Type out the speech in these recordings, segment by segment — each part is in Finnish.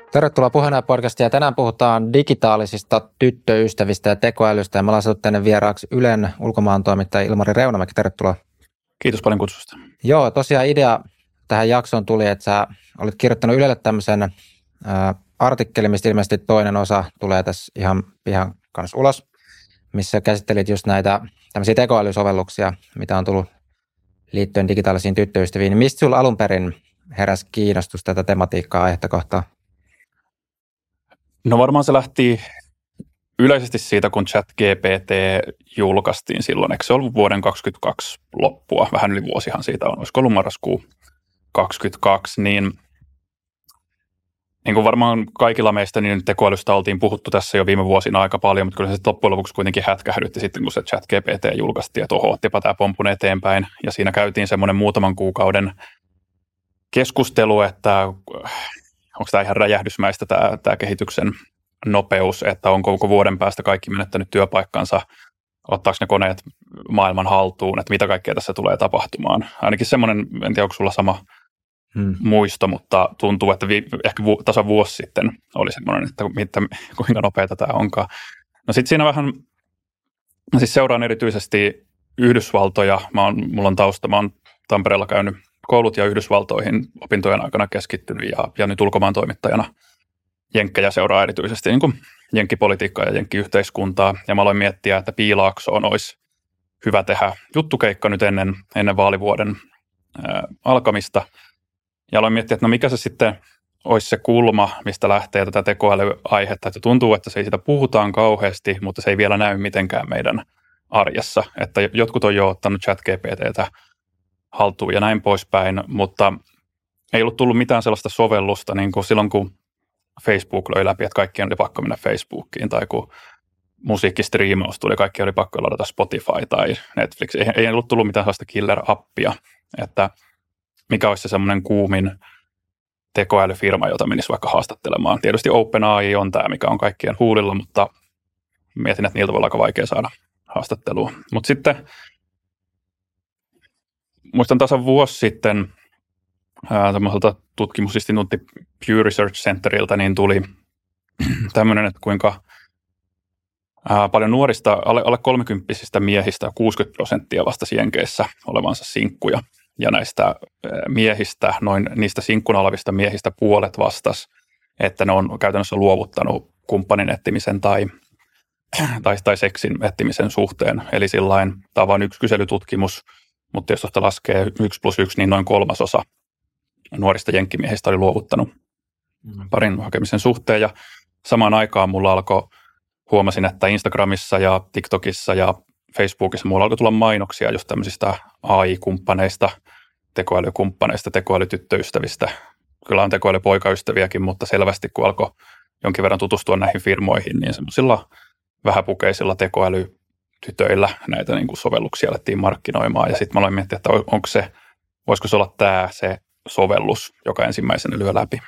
Tervetuloa Puheenjohtaja podcastiin ja tänään puhutaan digitaalisista tyttöystävistä ja tekoälystä ja me ollaan saatu tänne vieraaksi Ylen ulkomaantoimittaja Ilmari Reunamäki. Tervetuloa. Kiitos paljon kutsusta. Joo, tosiaan idea tähän jaksoon tuli, että sä olit kirjoittanut Ylelle tämmöisen artikkelin, mistä ilmeisesti toinen osa tulee tässä ihan pian kanssa ulos, missä käsittelit just näitä tämmöisiä tekoälysovelluksia, mitä on tullut liittyen digitaalisiin tyttöystäviin. Niin mistä sulla alun perin heräsi kiinnostus tätä tematiikkaa aihetta kohtaan? No varmaan se lähti yleisesti siitä, kun ChatGPT julkaistiin silloin. Eikö se ollut vuoden 2022 loppua? Vähän yli vuosihan siitä on. Olisiko ollut marraskuu 2022? Niin kuin varmaan kaikilla meistä niin tekoälystä oltiin puhuttu tässä jo viime vuosina aika paljon, mutta kyllä se loppujen lopuksi kuitenkin hätkähdytti sitten, kun se ChatGPT julkaistiin, että oho, ottipa tämä pomppun eteenpäin. Ja siinä käytiin semmoinen muutaman kuukauden keskustelu, että onko tämä ihan räjähdysmäistä tämä kehityksen nopeus, että onko vuoden päästä kaikki menettänyt työpaikkansa, ottaako ne koneet maailman haltuun, että mitä kaikkea tässä tulee tapahtumaan. Ainakin semmoinen, en tiedä onko sulla sama muisto, mutta tuntuu, että ehkä tasan vuosi sitten oli semmoinen, että kuinka nopeata tämä onkaan. No sitten siinä vähän, siis seuraan erityisesti Yhdysvaltoja, mulla on tausta, mä oon Tampereella käynyt koulut ja Yhdysvaltoihin opintojen aikana keskittynyt ja nyt ulkomaan toimittajana jenkkejä seuraa erityisesti niin kuin jenkkipolitiikkaa ja jenkkiyhteiskuntaa. Ja mä aloin miettiä, että Piilaaksoon olisi hyvä tehdä juttukeikka nyt ennen vaalivuoden alkamista. Ja aloin miettiä, että no mikä se sitten olisi se kulma, mistä lähtee tätä tekoälyaihetta. Että tuntuu, että se ei siitä puhutaan kauheasti, mutta se ei vielä näy mitenkään meidän arjessa. Että jotkut on jo ottanut ChatGPT:tä haltuun ja näin poispäin, mutta ei ollut tullut mitään sellaista sovellusta, niin kuin silloin kun Facebook löi läpi, että kaikkien oli pakko mennä Facebookiin, tai kun musiikkistriimaus tuli, kaikki oli pakko ladata Spotify tai Netflix. Ei ollut tullut mitään sellaista killer-appia, että mikä olisi se semmoinen kuumin tekoälyfirma, jota menisi vaikka haastattelemaan. Tietysti OpenAI on tämä, mikä on kaikkien huulilla, mutta mietin, että niiltä voi olla aika vaikea saada haastattelua. Mutta sitten muistan tasan vuosi sitten tämmöiseltä tutkimusinstituutti Pew Research Centeriltä niin tuli tämmöinen, että kuinka paljon nuorista, alle 30-vuotiaista miehistä 60% vastasi Jenkeissä olevansa sinkkuja. Ja näistä miehistä, niistä sinkkuna olevista miehistä puolet vastasi, että ne on käytännössä luovuttanut kumppanin etsimisen tai seksin etsimisen suhteen. Eli sillain, tämä on vain yksi kyselytutkimus, mutta jos tuosta laskee 1+1, niin noin 1/3 nuorista jenkkimiehistä oli luovuttanut parin hakemisen suhteen. Ja samaan aikaan huomasin, että Instagramissa ja TikTokissa ja Facebookissa mulla alkoi tulla mainoksia just tämmöisistä AI-kumppaneista, tekoälykumppaneista, tekoälytyttöystävistä. Kyllä on tekoälypoikaystäviäkin, mutta selvästi kun alkoi jonkin verran tutustua näihin firmoihin, niin semmoisilla vähäpukeisilla tekoälytytöillä näitä niin kuin sovelluksia alettiin markkinoimaan. Ja sitten mä aloin miettiä, että voisiko se olla tämä se sovellus, joka ensimmäisenä lyö läpi.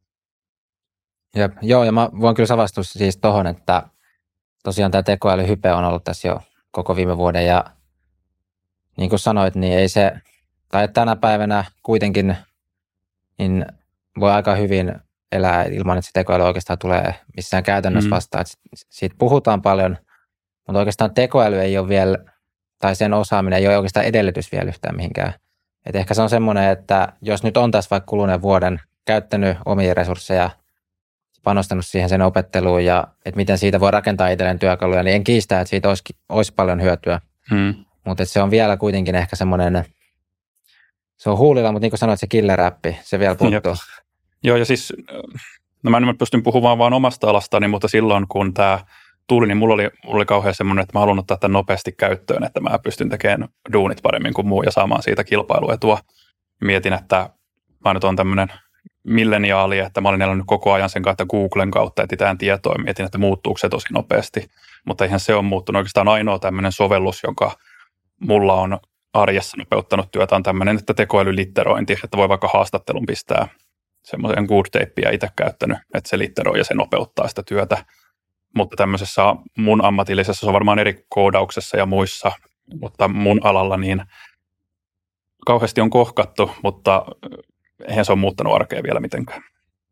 Joo, ja mä voin kyllä savastua siis tohon, että tosiaan tämä tekoälyhype on ollut tässä jo koko viime vuoden, ja niin kuin sanoit, niin ei se, tai tänä päivänä kuitenkin niin voi aika hyvin elää ilman, että se tekoäly oikeastaan tulee missään käytännössä vastaan. Siitä puhutaan paljon, mutta oikeastaan tekoäly ei ole vielä, tai sen osaaminen ei ole oikeastaan edellytys vielä yhtään mihinkään. Et ehkä se on semmoinen, että jos nyt on tässä vaikka kuluneen vuoden käyttänyt omia resursseja, panostanut siihen sen opetteluun ja että miten siitä voi rakentaa itselleen työkaluja, niin en kiistä, että siitä olisi paljon hyötyä. Mutta se on vielä kuitenkin ehkä semmoinen, se on huulilla, mutta niin kuin sanoit, se killer-appi, se vielä puuttuu. Joo, ja siis, no mä en pystyn puhumaan vaan omasta alastani, mutta silloin kun tämä tuli, niin mulla oli kauhean semmoinen, että mä haluan ottaa tämän nopeasti käyttöön, että mä pystyn tekemään duunit paremmin kuin muu ja saamaan siitä kilpailuetua. Mietin, että mä nyt on tämmöinen milleniaali, että mä olin elänyt koko ajan sen kautta Googlen kautta, etsitään tietoa ja mietin, että muuttuuko se tosi nopeasti. Mutta eihän se ole muuttunut. Oikeastaan ainoa tämmöinen sovellus, joka mulla on arjessa nopeuttanut työtä, on tämmöinen, että tekoälylitterointi, että voi vaikka haastattelun pistää semmoisen good tapea itse käyttänyt, että se litteroi ja se nopeuttaa sitä työtä. Mutta tämmöisessä mun ammatillisessa, se on varmaan eri koodauksessa ja muissa, mutta mun alalla niin kauheasti on kohkattu, mutta eihän se ole muuttanut arkea vielä mitenkään.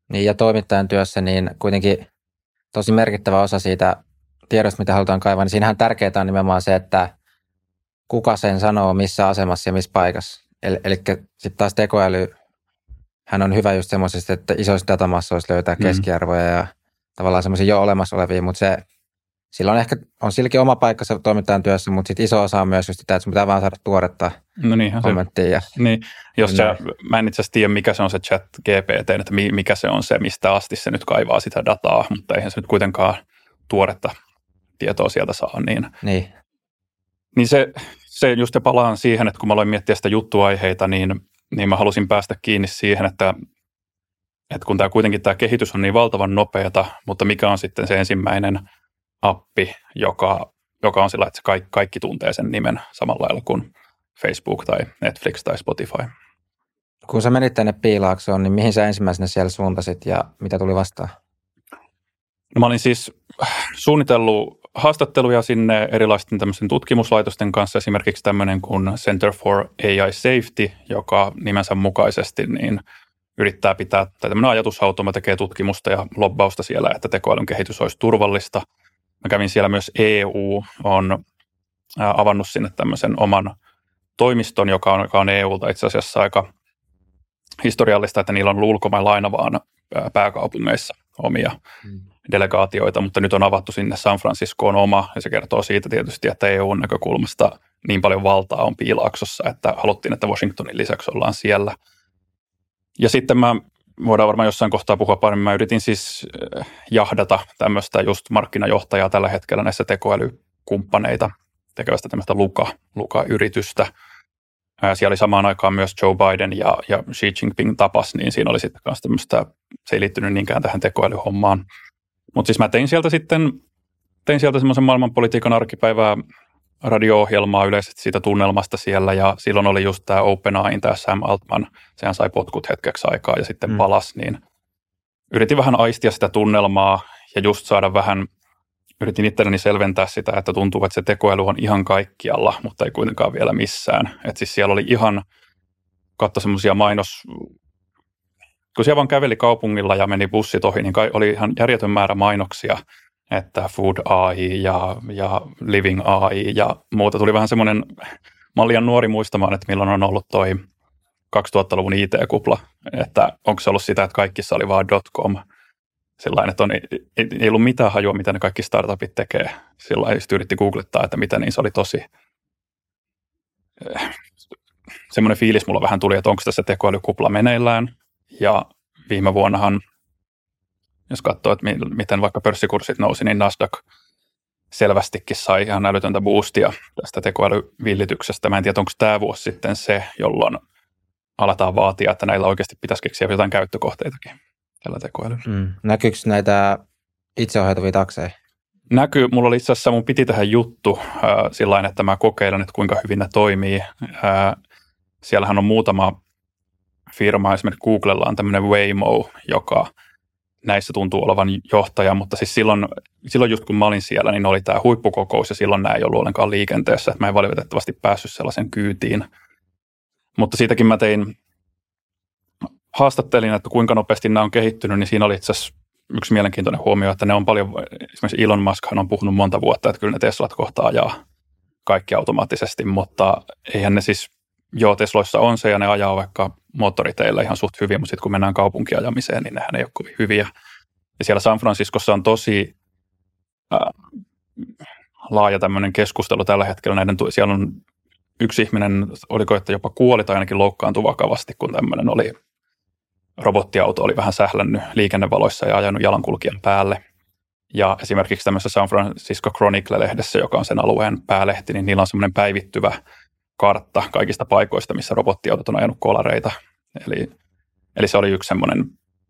Niin, ja toimittajan työssä niin kuitenkin tosi merkittävä osa siitä tiedosta, mitä halutaan kaivaa, niin siinähän tärkeää on nimenomaan se, että kuka sen sanoo, missä asemassa ja missä paikassa. Eli sitten taas tekoäly, hän on hyvä just semmoisesta, että isoissa datamassoissa löytää keskiarvoja ja tavallaan semmoisia jo olemassa olevia, mutta sillä on silläkin oma paikkansa toimittajan työssä, mutta sitten iso osa on myös just sitä, että sun pitää vaan saada tuoretta kommenttia. Niin, mä en itse asiassa tiedä, mikä se on se chat GPT, että mikä se on se, mistä asti se nyt kaivaa sitä dataa, mutta eihän se nyt kuitenkaan tuoretta tietoa sieltä saa. Niin se just palaan siihen, että kun mä aloin miettiä sitä juttuaiheita, niin mä halusin päästä kiinni siihen, että kun tämä kehitys on niin valtavan nopeata, mutta mikä on sitten se ensimmäinen appi, joka on sillä, että se kaikki tuntee sen nimen samalla lailla kuin Facebook tai Netflix tai Spotify. Kun sä menit tänne Piilaaksoon, niin mihin sä ensimmäisenä siellä suuntasit ja mitä tuli vastaan? No mä olin siis suunnitellut haastatteluja sinne erilaisten tämmöisten tutkimuslaitosten kanssa, esimerkiksi tämmöinen kuin Center for AI Safety, joka nimensä mukaisesti niin yrittää pitää, tai tämmöinen ajatushautoma tekee tutkimusta ja lobbausta siellä, että tekoälyn kehitys olisi turvallista. Mä kävin siellä myös EU, on avannut sinne tämmöisen oman toimiston, joka on EUlta itse asiassa aika historiallista, että niillä on ollut ulkomailla aina vaan pääkaupungeissa omia delegaatioita, mutta nyt on avattu sinne San Franciscoon oma, ja se kertoo siitä tietysti, että EUn näkökulmasta niin paljon valtaa on Piilaaksossa, että haluttiin, että Washingtonin lisäksi ollaan siellä. Ja sitten voidaan varmaan jossain kohtaa puhua paremmin, mä yritin siis jahdata tämmöistä just markkinajohtajaa tällä hetkellä näissä tekoälykumppaneita tekevästä tämmöistä Luka-yritystä. Siellä oli samaan aikaan myös Joe Biden ja Xi Jinping tapas, niin siinä oli sitten myös tämmöistä, se ei liittynyt niinkään tähän tekoälyhommaan. Mutta siis mä tein sieltä semmoisen maailmanpolitiikan arkipäivää radio-ohjelmaa yleisesti siitä tunnelmasta siellä, ja silloin oli just tämä OpenAIn, tämä Sam Altman, sehän sai potkut hetkeksi aikaa ja sitten palasi, niin yritin vähän aistia sitä tunnelmaa ja just saada vähän, yritin itselleni selventää sitä, että tuntuu, että se tekoäly on ihan kaikkialla, mutta ei kuitenkaan vielä missään. Että siis siellä oli ihan, katso semmoisia kun siellä vaan käveli kaupungilla ja meni bussit ohi, niin oli ihan järjetön määrä mainoksia, että Food AI ja Living AI ja muuta. Tuli vähän semmoinen, mä olin liian nuori muistamaan, että milloin on ollut toi 2000-luvun IT-kupla, että onko se ollut sitä, että kaikissa oli vaan .com, sillain, että ei ollut mitään hajua, mitä ne kaikki startupit tekee. Sillain sitten yritti googlettaa, että mitä niin se oli tosi. Semmoinen fiilis mulla vähän tuli, että onko tässä tekoälykupla meneillään. Ja viime vuonnahan, jos katsoo, että miten vaikka pörssikurssit nousi, niin Nasdaq selvästikin sai ihan älytöntä boostia tästä tekoälyvillityksestä. Mä en tiedä, onko tämä vuosi sitten se, jolloin aletaan vaatia, että näillä oikeasti pitäisi keksiä jotain käyttökohteitakin tällä tekoälyllä. Näkyykö näitä itseohjautuvia takseja? Näkyy. Mulla oli itse asiassa, mun piti tehdä juttu sillain, että mä kokeilen, että kuinka hyvin ne toimii. Siellähän on muutama firma, esimerkiksi Googlella on tämmöinen Waymo, joka näissä tuntuu olevan johtaja, mutta siis silloin just kun mä olin siellä, niin oli tämä huippukokous ja silloin nämä ei ollut ollenkaan liikenteessä, että mä en valitettavasti päässyt sellaisen kyytiin. Mutta siitäkin mä haastattelin, että kuinka nopeasti nämä on kehittynyt, niin siinä oli itse asiassa yksi mielenkiintoinen huomio, että ne on paljon, esimerkiksi Elon Muskhan on puhunut monta vuotta, että kyllä ne Teslat kohta ajaa kaikki automaattisesti, mutta eihän ne siis, Tesloissa on se ja ne ajaa vaikka moottoriteillä ihan suht hyvin, mutta sitten kun mennään kaupunkiajamiseen, niin nehän ei ole kovin hyviä. Ja siellä San Franciscossa on tosi laaja tämmöinen keskustelu tällä hetkellä. Siellä on yksi ihminen, oliko että jopa kuoli tai ainakin loukkaantui vakavasti, kun tämmöinen robottiauto oli vähän sählännyt liikennevaloissa ja ajanut jalankulkijan päälle. Ja esimerkiksi tämmöisessä San Francisco Chronicle-lehdessä, joka on sen alueen päälehti, niin niillä on semmoinen päivittyvä kartta kaikista paikoista, missä robottiautot on ajanut kolareita. Eli se oli yksi semmoinen,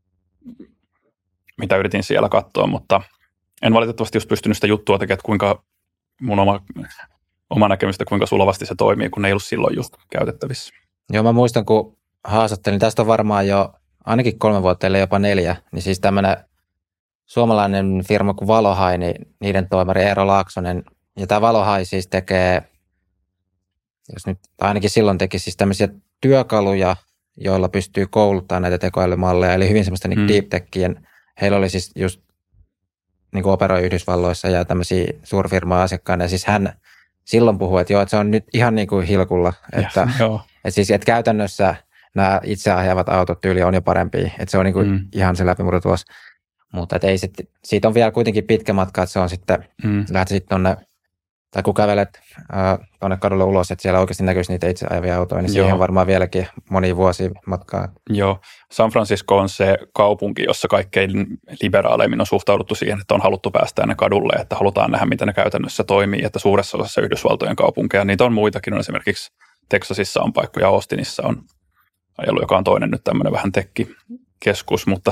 mitä yritin siellä katsoa, mutta en valitettavasti just pystynyt sitä juttua tekemään, että kuinka mun oma näkemystä, kuinka sulavasti se toimii, kun ne ei ollut silloin just käytettävissä. Joo, mä muistan, kun haastattelin, tästä on varmaan jo ainakin 3 vuotta, ellei jopa 4, niin siis tämmöinen suomalainen firma kuin Valohai, niin niiden toimari Eero Laaksonen, ja tämä Valohai siis tekee, jos nyt ainakin silloin teki siis tämmöisiä työkaluja, joilla pystyy kouluttamaan näitä tekoälymalleja, eli hyvin semmoista niin deep techien. Heillä oli siis just niin kuin operoi Yhdysvalloissa ja tämmöisiä suurfirmaa asiakkaana, ja siis hän silloin puhui, että joo, että se on nyt ihan niin kuin hilkulla, että että käytännössä nämä itse ajavat autot tyyli on jo parempi, että se on niin kuin ihan se läpimurtotulos, mutta ei siitä on vielä kuitenkin pitkä matka, että se on sitten, lähdet sitten tuonne, tai kun kävelet tuonne kadulle ulos, että siellä oikeasti näkyisi niitä itse ajavia autoja, niin siihen on varmaan vieläkin monia vuosia matkaa. Joo, San Francisco on se kaupunki, jossa kaikkein liberaaleimmin on suhtauduttu siihen, että on haluttu päästä ne kadulle, että halutaan nähdä, miten ne käytännössä toimii, että suuressa osassa Yhdysvaltojen kaupunkeja, niitä on muitakin, on esimerkiksi Texasissa on paikkoja, Austinissa on ajelu, joka on toinen nyt tämmöinen vähän tekkikeskus, mutta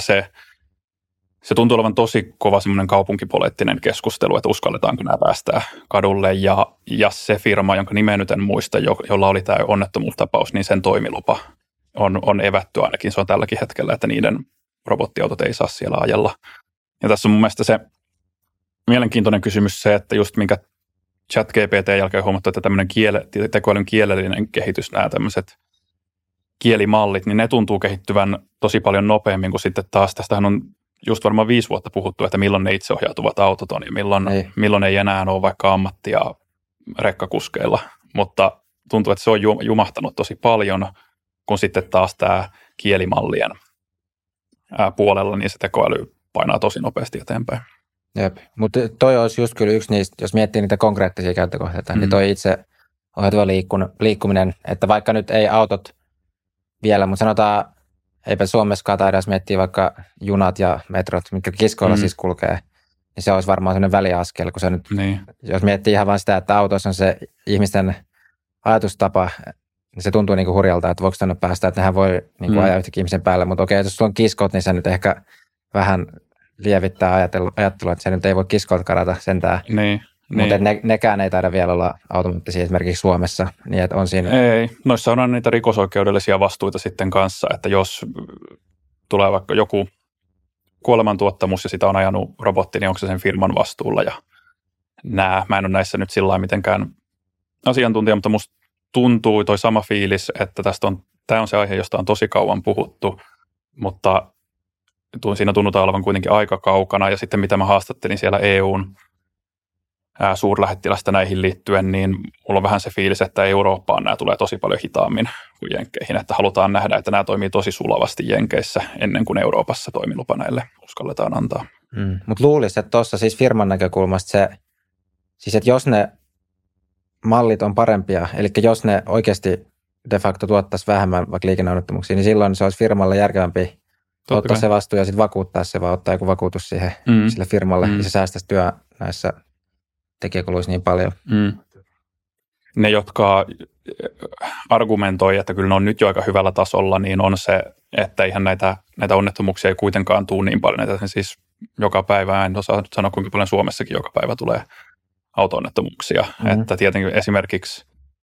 se tuntuu olevan tosi kova semmoinen kaupunkipoliittinen keskustelu, että uskalletaanko nämä päästää kadulle. Ja se firma, jonka nimeä nyt en muista, jolla oli tämä onnettomuustapaus, niin sen toimilupa on evätty ainakin. Se on tälläkin hetkellä, että niiden robottiautot ei saa siellä ajella. Ja tässä on mun mielestä se mielenkiintoinen kysymys se, että just minkä ChatGPT jälkeen huomattu, että tämmöinen tekoälyn kielellinen kehitys, nämä tämmöiset kielimallit, niin ne tuntuu kehittyvän tosi paljon nopeammin kuin sitten taas. Tästähän on just varmaan 5 vuotta puhuttu, että milloin ne itseohjautuvat autot on ja milloin ei enää ole vaikka ammattia rekkakuskeilla. Mutta tuntuu, että se on jumahtanut tosi paljon, kun sitten taas tämä kielimallien puolella, niin se tekoäly painaa tosi nopeasti eteenpäin. Jep, mutta toi olisi just kyllä yksi niistä, jos miettii niitä konkreettisia käyttökohteita, niin toi itse ohjautuva liikkuminen, että vaikka nyt ei autot vielä, mutta sanotaan, eipä Suomessakaan taida, jos miettii vaikka junat ja metrot, mitkä kiskoilla siis kulkee, niin se olisi varmaan sellainen väliaskel, kun se nyt, jos miettii ihan vain sitä, että autossa on se ihmisten ajatustapa, niin se tuntuu niin kuin hurjalta, että voiko tänne päästä, että nehän voi niin kuin ajaa yhtäkin ihmisen päälle, mutta okei, jos sulla on kiskot, niin se nyt ehkä vähän lievittää ajattelua, että se nyt ei voi kiskoilta karata sentään. Mutta nekään ei taida vielä olla automaattisia esimerkiksi Suomessa. Niin että on siinä. Ei, noissa on niitä rikosoikeudellisia vastuita sitten kanssa, että jos tulee vaikka joku kuolemantuottamus ja sitä on ajanut robotti, niin onko se sen firman vastuulla. Ja mä en ole näissä nyt sillä lailla mitenkään asiantuntija, mutta musta tuntuu toi sama fiilis, että tämä on se aihe, josta on tosi kauan puhuttu, mutta siinä tunnutaan olevan kuitenkin aika kaukana. Ja sitten mitä mä haastattelin siellä EUn suurlähettilästä näihin liittyen, niin mulla on vähän se fiilis, että Eurooppaan nämä tulee tosi paljon hitaammin kuin Jenkkeihin, että halutaan nähdä, että nämä toimii tosi sulavasti Jenkeissä ennen kuin Euroopassa toimilupa näille uskalletaan antaa. Mutta luulisi, että tuossa siis firman näkökulmasta siis että jos ne mallit on parempia, eli jos ne oikeasti de facto tuottaisi vähemmän vaikka liikenneonnettomuuksia, niin silloin se olisi firmalle järkevämpi ottaa se vastuu ja sitten vakuuttaa se, vaan ottaa joku vakuutus siihen sille firmalle, ja se säästäisi työ näissä tekijäkuluissa niin paljon. Ne, jotka argumentoi, että kyllä ne on nyt jo aika hyvällä tasolla, niin on se, että ihan näitä onnettomuuksia ei kuitenkaan tule niin paljon. Näitä siis joka päivä, en osaa sanoa kuinka paljon Suomessakin joka päivä tulee auto-onnettomuuksia. Että tietenkin esimerkiksi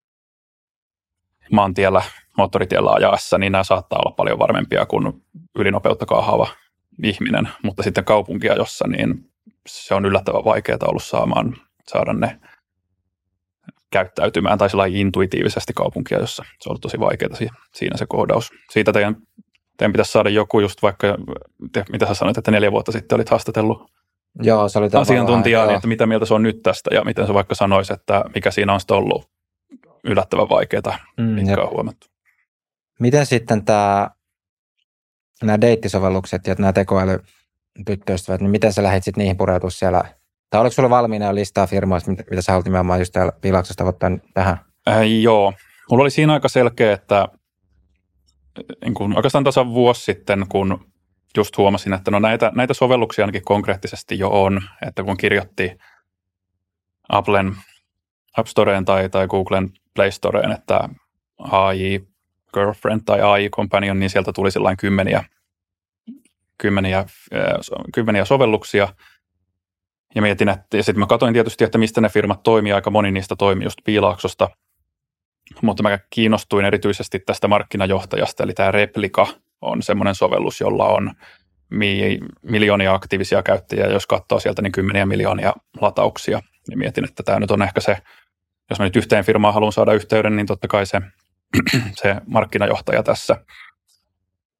maantiellä, moottoritiellä ajaessa, niin nämä saattaa olla paljon varmempia kuin ylinopeutta kaahaava ihminen. Mutta sitten kaupunkia, jossa niin se on yllättävän vaikeaa ollut saada ne käyttäytymään tai sellainen intuitiivisesti kaupunkia, jossa se on ollut tosi vaikeaa siinä se kohdaus. Siitä teidän pitäisi saada joku just vaikka, mitä sä sanoit, että 4 vuotta sitten olit haastatellut se oli asiantuntijaa, niin että mitä mieltä se on nyt tästä ja miten se vaikka sanoisi, että mikä siinä on sitten ollut yllättävän vaikeaa, mitkä on huomattu. Miten sitten nämä deittisovellukset ja nämä tekoälytyttöystävät, niin miten sä lähdit sitten niihin pureutua siellä? Tai oliko sulla valmiina jo listaa firmoista, mitä sä haluat nimenomaan just täällä Piilaaksossa tavoittaa tähän? Joo. Mulla oli siinä aika selkeä, että niin oikeastaan tasan vuosi sitten, kun just huomasin, että no näitä sovelluksia ainakin konkreettisesti jo on, että kun kirjoitti Applen App Storeen tai Googlen Play Storeen, että AI Girlfriend tai AI Companion, niin sieltä tuli sellainen kymmeniä sovelluksia. Ja mietin, ja sitten mä katsoin tietysti, että mistä ne firmat toimii, aika moni niistä toimii just Piilaaksosta, mutta mä kiinnostuin erityisesti tästä markkinajohtajasta, eli tämä Replika on semmoinen sovellus, jolla on miljoonia aktiivisia käyttäjiä, jos katsoo sieltä, niin 10 miljoonia latauksia. Ja mietin, että tämä nyt on ehkä se, jos mä nyt yhteen firmaan haluan saada yhteyden, niin totta kai se markkinajohtaja tässä.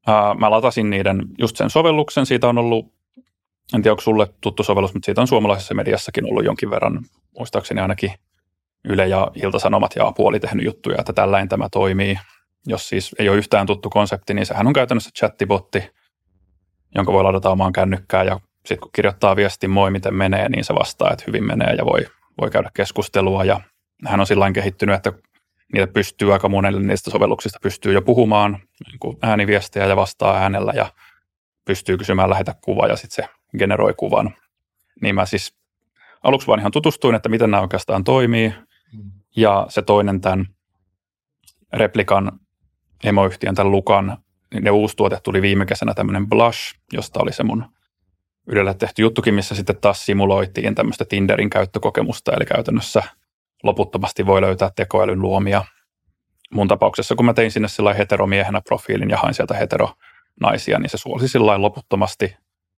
Mä latasin niiden just sen sovelluksen. Siitä on ollut, en tiedä onko sulle tuttu sovellus, mutta siitä on suomalaisessa mediassakin ollut jonkin verran, muistaakseni ainakin Yle ja Ilta-Sanomat ja Apu oli tehnyt juttuja, että tällainen tämä toimii. Jos siis ei ole yhtään tuttu konsepti, niin sehän on käytännössä chattibotti, jonka voi ladata omaan kännykkään ja sitten kun kirjoittaa viestin moi miten menee, niin se vastaa, että hyvin menee ja voi käydä keskustelua ja hän on sillain kehittynyt, että niitä pystyy aika monelle niistä sovelluksista pystyy jo puhumaan niin ääniviestejä ja vastaa äänellä ja pystyy kysymään lähetä kuva ja sitten se generoi kuvan. Niin mä siis aluksi vaan ihan tutustuin, että miten nämä oikeastaan toimii ja se toinen tämän Replikan emoyhtiön, tämän Lukan, ne uusi tuote tuli viime kesänä tämmöinen Blush, josta oli se mun Ylellä tehty juttukin, missä sitten taas simuloitiin tämmöistä Tinderin käyttökokemusta, eli käytännössä loputtomasti voi löytää tekoälyn luomia. Mun tapauksessa, kun mä tein sinne sillä heteromiehenä profiilin ja hain sieltä heteronaisia, niin se suosi sillä loputtomasti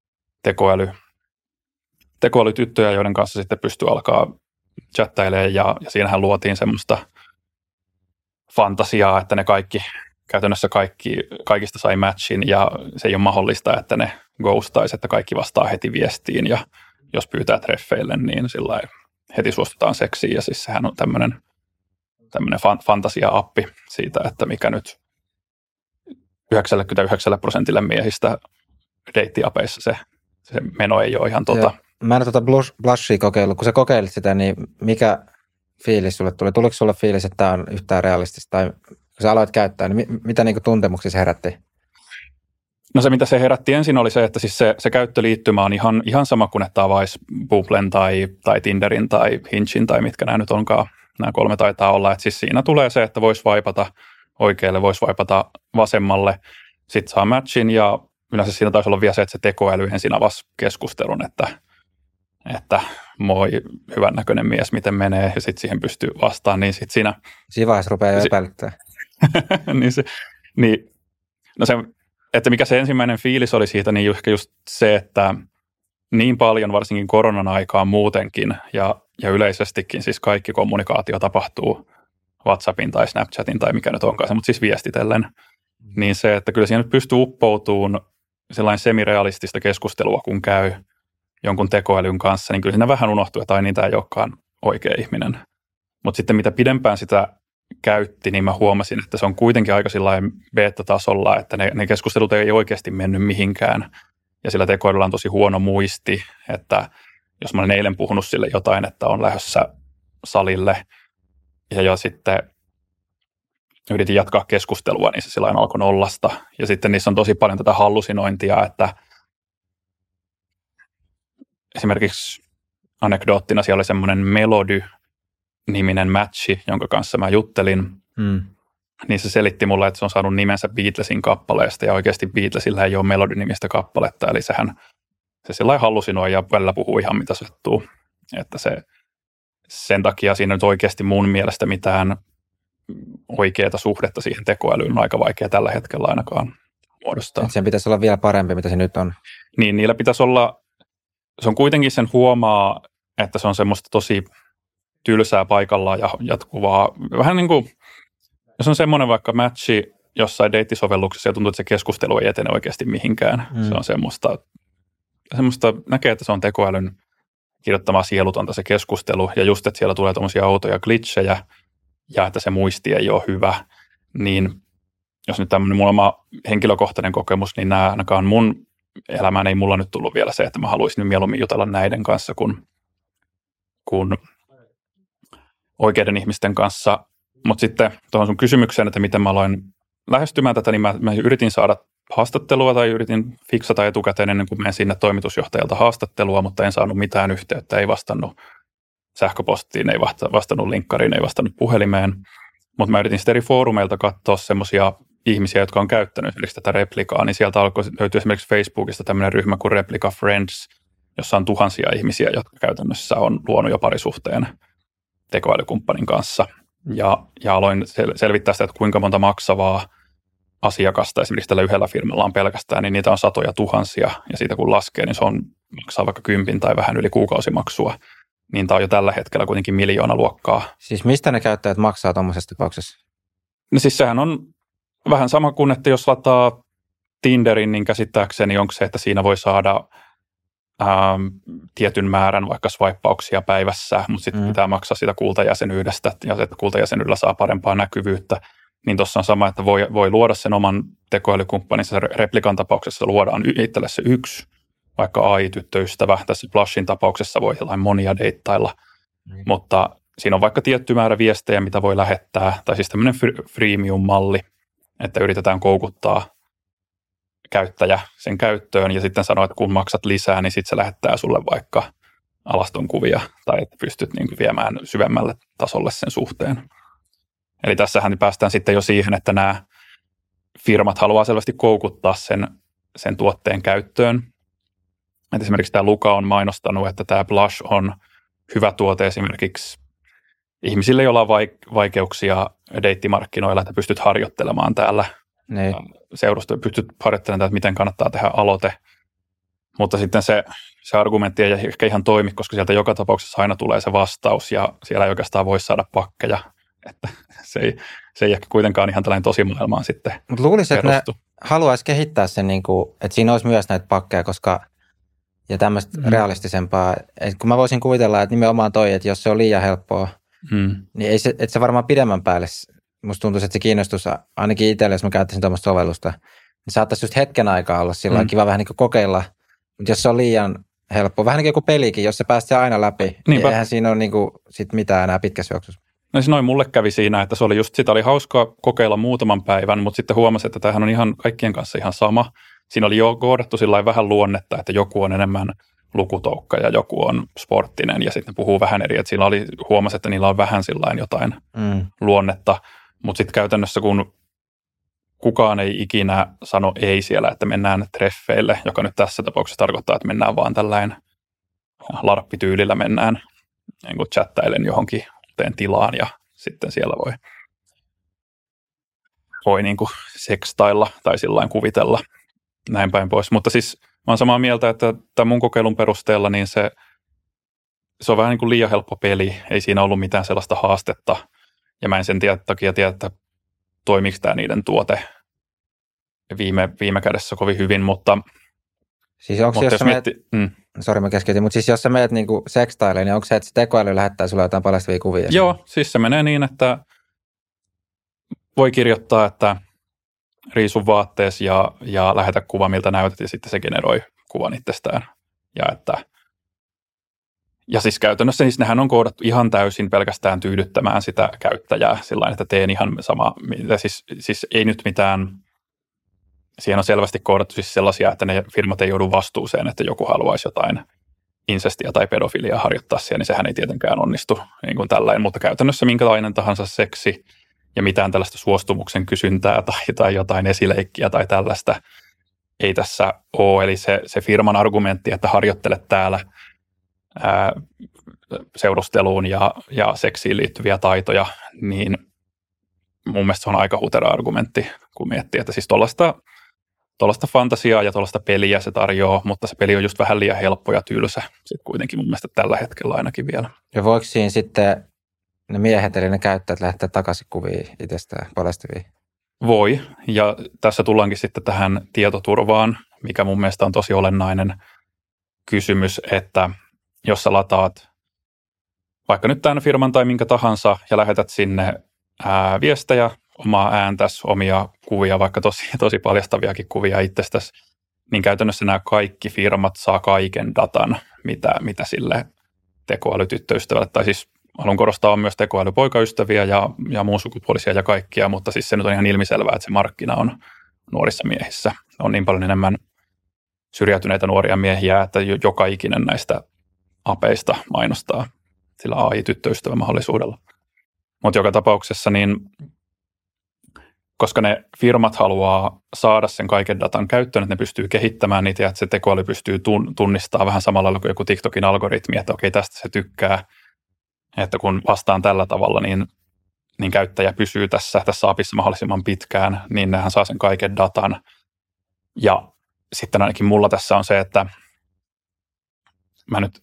tekoälytyttöjä, joiden kanssa sitten pystyy alkaa chattailemaan, ja siinähän luotiin semmoista fantasiaa, että ne käytännössä kaikista sai matchin, ja se ei ole mahdollista, että ne ghostaisi, että kaikki vastaa heti viestiin, ja jos pyytää treffeille, niin sillä heti suostutaan seksiin, ja siis sehän on tämmöinen fantasia-appi siitä, että mikä nyt 99% miehistä deittiapeissa se meno ei ole ihan Mä en ole Blushia kokeillut. Kun sä kokeilit sitä, niin mikä fiilis sulle tuli? Tuliko sulle fiilis, että tämä on yhtään realistista? Tai kun sä aloit käyttää, niin mitä niinku tuntemuksia se herätti? No se, mitä se herätti ensin, oli se, että siis se käyttöliittymä on ihan sama kuin että avaisi Bubblen tai Tinderin tai Hingein tai mitkä nämä nyt onkaan. Nämä 3 taitaa olla, että siis siinä tulee se, että voisi vaipata oikealle, voisi vaipata vasemmalle. Sitten saa matchin ja yleensä siinä taisi olla vielä se, että se tekoäly ensin avasi keskustelun, että moi, hyvännäköinen mies, miten menee, ja sitten siihen pystyy vastaan, niin sitten siinä... Siinä vaiheessa rupeaa jo epäilyttää. Että mikä se ensimmäinen fiilis oli siitä, niin ehkä just se, että niin paljon varsinkin koronan aikaan muutenkin, ja yleisestikin siis kaikki kommunikaatio tapahtuu WhatsAppin tai Snapchatin tai mikä nyt onkaan, mutta siis viestitellen, niin se, että kyllä siihen nyt pystyy uppoutumaan sellainen semirealistista keskustelua, kun käy jonkun tekoälyn kanssa, niin kyllä siinä vähän unohtuu, että niin tämä ei olekaan oikea ihminen. Mutta sitten mitä pidempään sitä käytti, niin mä huomasin, että se on kuitenkin aika sillain beta-tasolla, että ne keskustelut ei oikeasti mennyt mihinkään. Ja sillä tekoälyllä on tosi huono muisti, että jos mä olen eilen puhunut sille jotain, että on lähdössä salille ja sitten yritin jatkaa keskustelua, niin se sillain alkoi nollasta. Ja sitten niissä on tosi paljon tätä hallusinointia, että esimerkiksi anekdoottina siellä oli semmoinen Melody-niminen matchi, jonka kanssa mä juttelin. Niin se selitti mulle, että se on saanut nimensä Beatlesin kappaleesta, ja oikeasti Beatlesillä ei ole Melody-nimistä kappaletta, eli se sillä hallusinoi ja välillä puhuu ihan mitä sattuu. Että sen takia siinä nyt oikeasti mun mielestä mitään oikeaa suhdetta siihen tekoälyyn on aika vaikea tällä hetkellä ainakaan muodostaa. Sen pitäisi olla vielä parempi, mitä se nyt on. Niin, niillä pitäisi olla, se on kuitenkin sen huomaa, että se on semmoista tosi tylsää paikallaan ja jatkuvaa. Vähän niin kuin, jos on semmoinen vaikka matchi jossain deittisovelluksessa ja tuntuu, että se keskustelu ei etene oikeasti mihinkään. Se on semmoista, näkee, että se on tekoälyn kirjoittamaa sielutonta se keskustelu ja just, että siellä tulee tommosia outoja glitchejä ja että se muisti ei ole hyvä, niin jos nyt tämmöinen mulla oma henkilökohtainen kokemus, niin nämä ainakaan mun elämään ei mulla nyt tullut vielä se, että mä haluaisin nyt mieluummin jutella näiden kanssa kuin oikeiden ihmisten kanssa. Mutta sitten tuohon sun kysymykseen, että miten mä aloin lähestymään tätä, niin mä yritin saada haastattelua tai yritin fiksata etukäteen ennen kuin menen sinne toimitusjohtajalta haastattelua, mutta en saanut mitään yhteyttä, ei vastannut sähköpostiin, ei vastannut linkkariin, ei vastannut puhelimeen. Mutta mä yritin sitten eri foorumeilta katsoa semmoisia ihmisiä, jotka on käyttänyt esimerkiksi tätä replikaa, niin sieltä alkoi löytyä esimerkiksi Facebookista tämmöinen ryhmä kuin Replika Friends, jossa on tuhansia ihmisiä, jotka käytännössä on luonut jo parisuhteen tekoälykumppanin kanssa. Ja aloin selvittää sitä, että kuinka monta maksavaa asiakasta esimerkiksi tällä yhdellä firmalla on pelkästään, niin niitä on satoja tuhansia, ja siitä kun laskee, niin se maksaa vaikka 10 tai vähän yli kuukausimaksua, niin tämä on jo tällä hetkellä kuitenkin miljoonaluokkaa. Siis mistä ne käyttäjät maksaa tuommoisessa tapauksessa? No siis sehän on vähän sama kuin, että jos lataa Tinderin, niin käsittääkseni onko se, että siinä voi saada tietyn määrän vaikka swipeauksia päivässä, mutta sitten pitää maksaa sitä kultajäsenyydestä, ja että kultajäsenyydellä saa parempaa näkyvyyttä. Niin tuossa on sama, että voi luoda sen oman tekoälykumppaninsa. Replikan tapauksessa luodaan itselle se yksi, vaikka AI-tyttöystävä. Tässä Blushin tapauksessa voi jotain monia deittailla, mutta siinä on vaikka tietty määrä viestejä, mitä voi lähettää, tai siis tämmöinen freemium-malli, että yritetään koukuttaa käyttäjä sen käyttöön ja sitten sanoo, että kun maksat lisää, niin sitten se lähettää sulle vaikka alastonkuvia tai että pystyt niin kuin viemään syvemmälle tasolle sen suhteen. Eli tässähän päästään sitten jo siihen, että nämä firmat haluaa selvästi koukuttaa sen tuotteen käyttöön. Et esimerkiksi tämä Luka on mainostanut, että tämä Blush on hyvä tuote esimerkiksi ihmisille, joilla on vaikeuksia deittimarkkinoilla, että pystyt harjoittelemaan täällä seurusta, pystyt harjoittelemaan, että miten kannattaa tehdä aloite. Mutta sitten se argumentti ei ehkä ihan toimi, koska sieltä joka tapauksessa aina tulee se vastaus ja siellä ei oikeastaan voi saada pakkeja. Että se ei ehkä kuitenkaan ihan tällainen tosimaailmaan sitten Mutta luulisin, että ne haluaisi kehittää sen, niin kuin, että siinä olisi myös näitä pakkeja, ja tämmöistä realistisempaa. Et kun mä voisin kuvitella, että nimenomaan toi, että jos se on liian helppoa, niin ei se varmaan pidemmän päälle, musta tuntuisi, että se kiinnostus, ainakin itselle, jos mä käyttäisin tuommoista sovellusta, niin saattaisi just hetken aikaa olla sillä kiva vähän niin kuin kokeilla, mutta jos se on liian helppoa, vähän niin kuin joku pelikin, jos se pääsee aina läpi, niin eihän siinä ole niin kuin sit mitään enää pitkässä juoksussa. No se noin mulle kävi siinä, että se oli just sitä, oli hauskaa kokeilla muutaman päivän, mutta sitten huomasi, että tämähän on ihan kaikkien kanssa ihan sama. Siinä oli jo koodattu sillä vähän luonnetta, että joku on enemmän lukutoukka ja joku on sporttinen ja sitten puhuu vähän eri, että siinä huomasi, että niillä on vähän sillain jotain luonnetta, mutta sitten käytännössä kun kukaan ei ikinä sano ei siellä, että mennään treffeille, joka nyt tässä tapauksessa tarkoittaa, että mennään vaan tällainen larppityylillä mennään niin kuin chattailen johonkin uuteen tilaan ja sitten siellä voi niin kuin sekstailla tai sillain kuvitella näin päin pois. Mutta siis mä oon samaa mieltä, että tämän mun kokeilun perusteella niin se on vähän niin kuin liian helppo peli. Ei siinä ollut mitään sellaista haastetta. Ja mä en sen takia tiedä, että toimiiko tämä niiden tuote viime kädessä kovin hyvin, mutta siis onko jos sori mä keskeytin, mutta siis jos sä meet niinku sekstailemaan, niin onko se, että se tekoäly lähettää sulle jotain paljastavia kuvia? Joo, siis se menee niin, että voi kirjoittaa, että riisun vaatteesi ja lähetä kuva, miltä näytät, ja sitten se generoi kuvan itsestään. Ja siis käytännössä siis nehän on koodattu ihan täysin pelkästään tyydyttämään sitä käyttäjää sillä että teen ihan sama. Siis ei nyt mitään, siihen on selvästi koodattu siis sellaisia, että ne firmat ei joudu vastuuseen, että joku haluaisi jotain insestiä tai pedofiliaa harjoittaa siellä, niin sehän ei tietenkään onnistu niin kuin tällainen, mutta käytännössä minkälainen tahansa seksi ja mitään tällaista suostumuksen kysyntää tai jotain esileikkiä tai tällaista ei tässä ole. Eli se firman argumentti, että harjoittele täällä seurusteluun ja seksiin liittyviä taitoja, niin mun mielestä se on aika hutera argumentti, kun miettii, että siis tuollaista fantasiaa ja tuollaista peliä se tarjoaa, mutta se peli on just vähän liian helppo ja tylsä sitten kuitenkin mun mielestä tällä hetkellä ainakin vielä. Ja voiko siinä sitten ne miehet eli ne käyttäjät lähettää takaisin kuvia itsestään paljastavia? Voi, ja tässä tullaankin sitten tähän tietoturvaan, mikä mun mielestä on tosi olennainen kysymys, että jos sä lataat vaikka nyt tämän firman tai minkä tahansa ja lähetät sinne viestejä, omaa ääntäsi, omia kuvia, vaikka tosi paljastaviakin kuvia itsestäsi, niin käytännössä nämä kaikki firmat saa kaiken datan, mitä sille tekoälytyttöystävälle, tai siis haluan korostaa on myös tekoälypoikaystäviä ja muun sukupuolisia ja kaikkia, mutta siis se nyt on ihan ilmiselvää, että se markkina on nuorissa miehissä. On niin paljon enemmän syrjäytyneitä nuoria miehiä, että joka ikinen näistä apeista mainostaa sillä AI-tyttöystävän mahdollisuudella. Mutta joka tapauksessa, niin koska ne firmat haluaa saada sen kaiken datan käyttöön, että ne pystyy kehittämään niitä ja että se tekoäly pystyy tunnistamaan vähän samalla kuin joku TikTokin algoritmi, että okei, tästä se tykkää, että kun vastaan tällä tavalla, niin käyttäjä pysyy tässä apissa mahdollisimman pitkään, niin nehän saa sen kaiken datan. Ja sitten ainakin mulla tässä on se, että mä nyt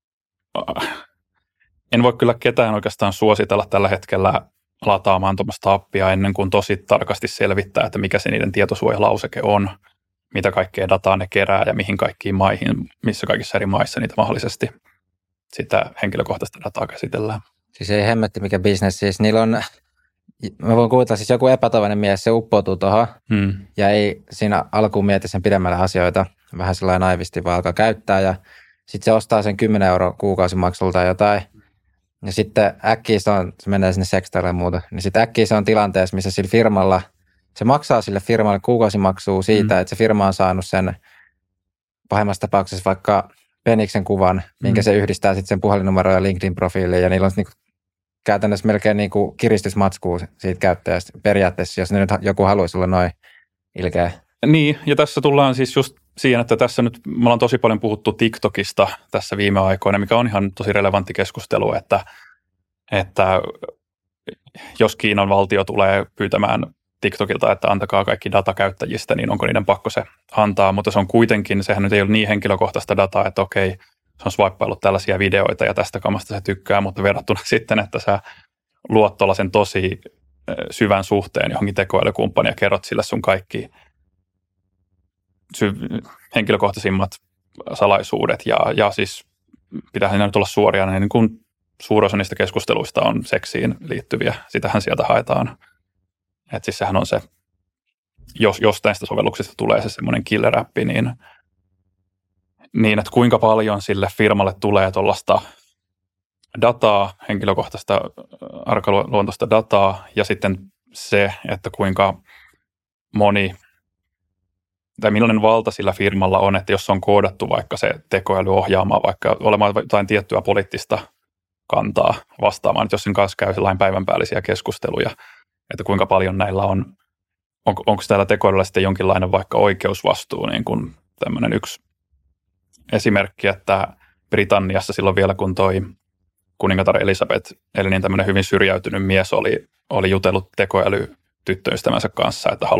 en voi kyllä ketään oikeastaan suositella tällä hetkellä lataamaan tuommoista appia ennen kuin tosi tarkasti selvittää, että mikä se niiden tietosuojalauseke on. mitä kaikkea dataa ne kerää ja mihin kaikkiin maihin, missä kaikissa eri maissa niitä mahdollisesti sitä henkilökohtaista dataa käsitellään. Siis ei hemmetti mikä bisnes, siis niillä on, mä voin kuvitella, siis joku epätoivoinen mies, se uppoutuu tuohon ja ei siinä alkuun mieti sen pidemmälle asioita, vähän sellainen naivisti vaan alkaa käyttää ja sitten se ostaa sen 10 € kuukausimaksulta tai jotain ja sitten äkkiä se menee sinne sektorille ja muuta, niin sitten äkkiä se on tilanteessa, missä sillä firmalla, se maksaa sille firmalle kuukausimaksua siitä, että se firma on saanut sen pahimmassa tapauksessa vaikka peniksen kuvan, minkä se yhdistää sitten sen puhelinnumeroon ja LinkedIn-profiiliin ja niillä on niinku käytännössä melkein niinku kiristysmatskua siitä käyttäjästä periaatteessa, jos ne nyt joku haluaisi olla noin ilkeä. Niin, ja tässä tullaan siis just siihen, että tässä nyt me ollaan tosi paljon puhuttu TikTokista tässä viime aikoina, mikä on ihan tosi relevantti keskustelu, että jos Kiinan valtio tulee pyytämään TikTokilta, että antakaa kaikki data käyttäjistä, niin onko niiden pakko se antaa, mutta se on kuitenkin, sehän nyt ei ole niin henkilökohtaista dataa, että okei, se on swipeillut tällaisia videoita ja tästä kamasta se tykkää, mutta verrattuna sitten, että sä luot tuollaisen tosi syvän suhteen johonkin tekoälykumppaniin ja kerrot sille sun kaikki henkilökohtaisimmat salaisuudet ja siis pitäähän nyt olla suoria, niin kun suurin osa niistä keskusteluista on seksiin liittyviä, sitähän sieltä haetaan. Että siis sehän on se, jos näistä sovelluksista tulee se semmoinen killer-appi, niin että kuinka paljon sille firmalle tulee tuollaista dataa, henkilökohtaista arkaluontoista dataa, ja sitten se, että kuinka moni, tai millainen valta sillä firmalla on, että jos on koodattu vaikka se tekoäly ohjaamaan, vaikka olemaan jotain tiettyä poliittista kantaa vastaamaan, että jos sen kanssa käy sellainen päivänpäällisiä keskusteluja, että kuinka paljon näillä onko täällä tekoälyllä sitten jonkinlainen vaikka oikeusvastuu, niin kuin tämmöinen yksi esimerkki, että Britanniassa silloin vielä, kun toi kuningatar Elisabeth, eli niin tämmöinen hyvin syrjäytynyt mies oli jutellut tekoälytyttöystävänsä kanssa, että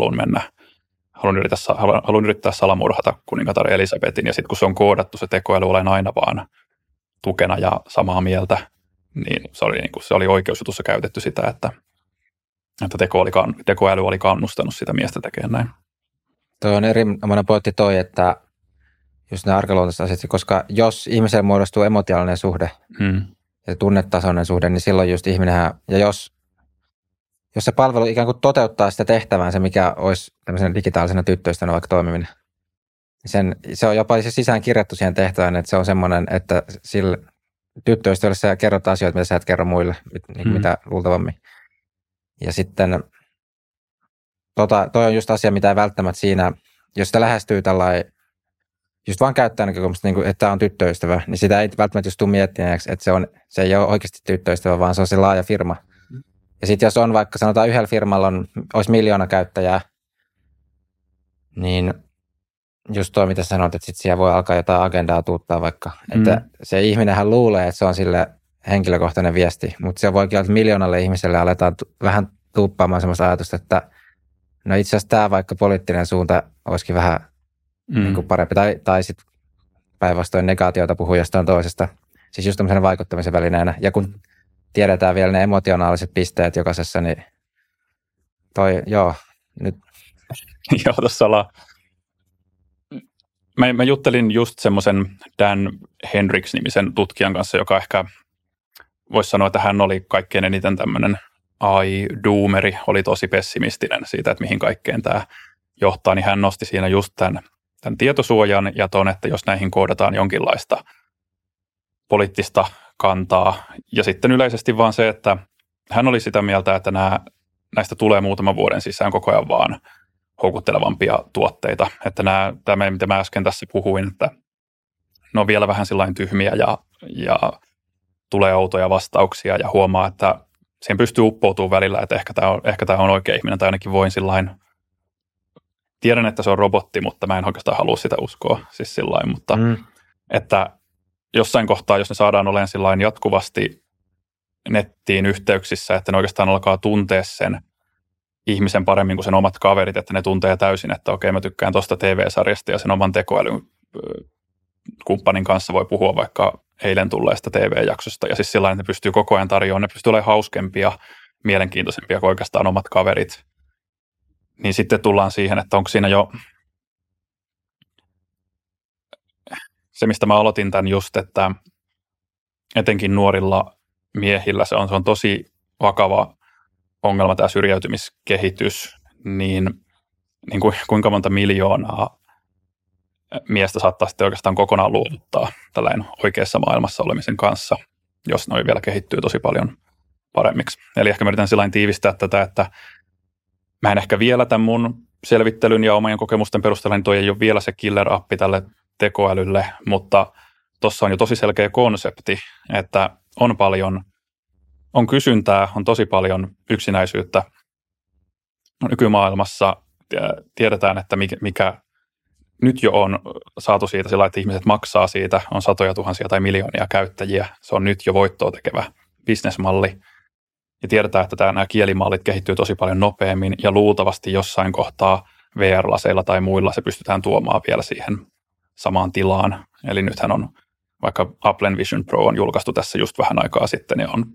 haluan yrittää salamurhata kuningatar Elisabetin, ja sitten kun se on koodattu se tekoäly, olen aina vaan tukena ja samaa mieltä, niin se oli oikeusjutussa käytetty sitä, että tekoäly oli kannustanut sitä miestä tekemään näin. Tuo on erinomainen pointti toi, että just ne arkaluontoiset asiat, koska jos ihmisellä muodostuu emotionaalinen suhde ja tunnetasoinen suhde, niin silloin just ihminenhän, ja jos se palvelu ikään kuin toteuttaa sitä tehtäväänsä, mikä olisi tämmöisen digitaalisena tyttöystävänä vaikka toimiminen, se on jopa se sisään kirjattu siihen tehtävään, että se on semmoinen, että sillä tyttöystävällä sä kerrot asioita, mitä sä et kerro muille, mitä luultavammin. Ja sitten toi on just asia, mitä ei välttämättä siinä, jos sitä lähestyy tällainen, just vaan käyttää näkökulmasta, niin että tämä on tyttöystävä, niin sitä ei välttämättä just tule miettineeksi, että se ei ole oikeasti tyttöystävä, vaan se on se laaja firma. Ja sitten jos on vaikka sanotaan yhdellä firmalla olisi 1 000 000 käyttäjää, niin just tuo, mitä sanoit, että sitten siellä voi alkaa jotain agendaa tuuttaa vaikka. Että se ihminenhän luulee, että se on sille henkilökohtainen viesti, mutta se voikin olla, että 1 000 000 ihmiselle aletaan vähän tuuppaamaan sellaista ajatusta, että no itse asiassa tämä vaikka poliittinen suunta olisikin vähän niin kuin parempi, tai sitten päinvastoin negaatioita puhuu jostain toisesta. Siis just tämmöisenä vaikuttamisen välineenä. Ja kun tiedetään vielä ne emotionaaliset pisteet jokaisessa, niin nyt. Joo, tuossa ollaan. Mä juttelin just semmoisen Dan Hendricks-nimisen tutkijan kanssa, joka ehkä voisi sanoa, että hän oli kaikkein eniten tämmöinen AI-doomeri, oli tosi pessimistinen siitä, että mihin kaikkeen tämä johtaa, niin hän nosti siinä just tämän tietosuojan ja ton, että jos näihin koodataan jonkinlaista poliittista kantaa, ja sitten yleisesti vaan se, että hän oli sitä mieltä, että näistä tulee muutaman vuoden sisään koko ajan vaan houkuttelevampia tuotteita, että tämä, mitä mä äsken tässä puhuin, että ne on vielä vähän sillain tyhmiä ja tulee outoja vastauksia ja huomaa, että siihen pystyy uppoutumaan välillä, että ehkä tämä on oikea ihminen tai ainakin voin sillain, tiedän, että se on robotti, mutta mä en oikeastaan halua sitä uskoa, siis sillain, mutta että jossain kohtaa, jos ne saadaan olemaan sillain jatkuvasti nettiin yhteyksissä, että ne oikeastaan alkaa tuntea sen ihmisen paremmin kuin sen omat kaverit, että ne tuntee täysin, että okei, mä tykkään tuosta TV-sarjasta ja sen oman tekoälyn kumppanin kanssa voi puhua vaikka eilen tulleesta TV-jaksosta. Ja siis sillain, että ne pystyy koko ajan tarjoamaan, ne pystyy olemaan hauskempia, mielenkiintoisempia kuin oikeastaan omat kaverit. Niin sitten tullaan siihen, että onko siinä jo se, mistä mä aloitin tämän just, että etenkin nuorilla miehillä se on tosi vakava ongelma tämä syrjäytymiskehitys, niin kuinka monta miljoonaa miestä saattaa sitten oikeastaan kokonaan luovuttaa tällainen oikeassa maailmassa olemisen kanssa, jos noi vielä kehittyy tosi paljon paremmiksi. Eli ehkä mä yritän sillain tiivistää tätä, että mä en ehkä vielä tämän mun selvittelyn ja omien kokemusten perusteella, niin toi ei ole vielä se killer-appi tälle tekoälylle, mutta tuossa on jo tosi selkeä konsepti, että on kysyntää, on tosi paljon yksinäisyyttä nykymaailmassa. Tiedetään, että mikä nyt jo on saatu siitä sillä, että ihmiset maksaa siitä, on satoja tuhansia tai miljoonia käyttäjiä. Se on nyt jo voittoa tekevä bisnesmalli. Ja tiedetään, että nämä kielimallit kehittyy tosi paljon nopeammin ja luultavasti jossain kohtaa VR-laseilla tai muilla se pystytään tuomaan vielä siihen samaan tilaan. Eli nythän on vaikka Applen Vision Pro on julkaistu tässä just vähän aikaa sitten, niin on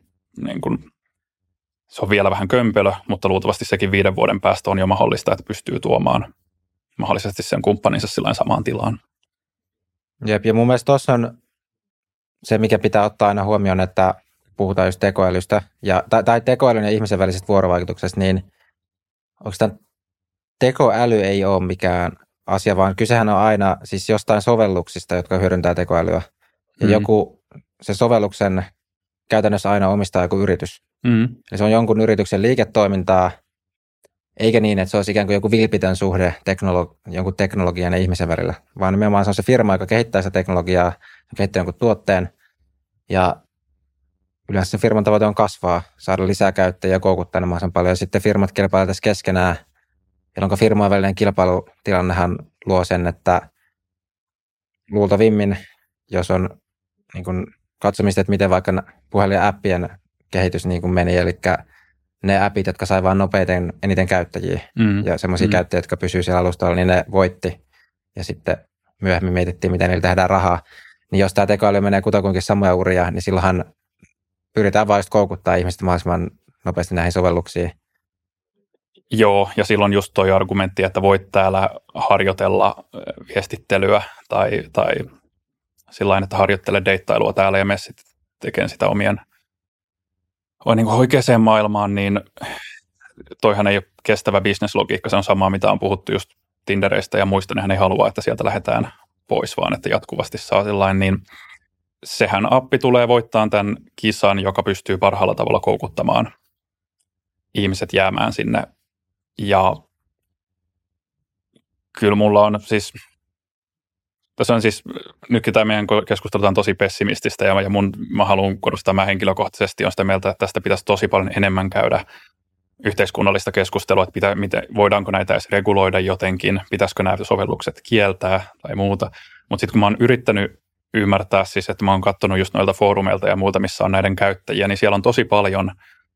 se on vielä vähän kömpelö, mutta luultavasti sekin 5 vuoden päästä on jo mahdollista, että pystyy tuomaan mahdollisesti sen kumppaninsa sillain samaan tilaan. Jep, ja mun mielestä tuossa on se, mikä pitää ottaa aina huomioon, että puhutaan just tekoälystä, tai tekoälyn ja ihmisen välisestä vuorovaikutuksesta, niin oikeastaan tekoäly ei ole mikään asia, vaan kysehän on aina siis jostain sovelluksista, jotka hyödyntää tekoälyä. Ja se sovelluksen käytännössä aina omistaa joku yritys. Eli se on jonkun yrityksen liiketoimintaa, eikä niin, että se olisi ikään kuin joku vilpitön suhde jonkun teknologian ja ihmisen välillä, vaan nimenomaan se on se firma, joka kehittää sitä teknologiaa, kehittää jonkun tuotteen, ja yleensä se firman tavoite on kasvaa, saada lisää käyttäjiä ja koukuttaa ne mahdollisimman paljon, ja sitten firmat kilpailevat tässä keskenään, jolloin firmojen välinen kilpailutilannehan luo sen, että luultavimmin, jos on niin kuin katsomista, että miten vaikka puhelin ja appien kehitys niin kuin meni, eli ne appit, jotka sai vain nopeiten eniten käyttäjiä ja semmoisia käyttäjiä, jotka pysyy siellä alustalla, niin ne voitti. Ja sitten myöhemmin mietittiin, miten niillä tehdään rahaa. Niin jos tämä tekoäly menee kutakuinkin samoja uria, niin silloinhan pyritään vain just koukuttaa ihmistä mahdollisimman nopeasti näihin sovelluksiin. Joo, ja silloin just toi argumentti, että voit täällä harjoitella viestittelyä tai sillain, että harjoittele deittailua täällä ja messit tekemään sitä omien niin kuin oikeaan maailmaan, niin toihan ei ole kestävä bisneslogiikka. Se on samaa, mitä on puhuttu just Tindereistä ja muista. Nehän ei halua, että sieltä lähdetään pois, vaan että jatkuvasti saa sellainen. Niin sehän appi tulee voittamaan tämän kisan, joka pystyy parhaalla tavalla koukuttamaan ihmiset jäämään sinne. Ja kyllä mulla on siis, tässä on siis, nytkin tämä meidän keskustelu on tosi pessimististä ja mä haluan korostaa, mä henkilökohtaisesti on sitä mieltä, että tästä pitäisi tosi paljon enemmän käydä yhteiskunnallista keskustelua, että voidaanko näitä edes reguloida jotenkin, pitäisikö näitä sovellukset kieltää tai muuta. Mutta sitten kun mä oon yrittänyt ymmärtää siis, että mä oon katsonut just noilta foorumeilta ja muilta, missä on näiden käyttäjiä, niin siellä on tosi paljon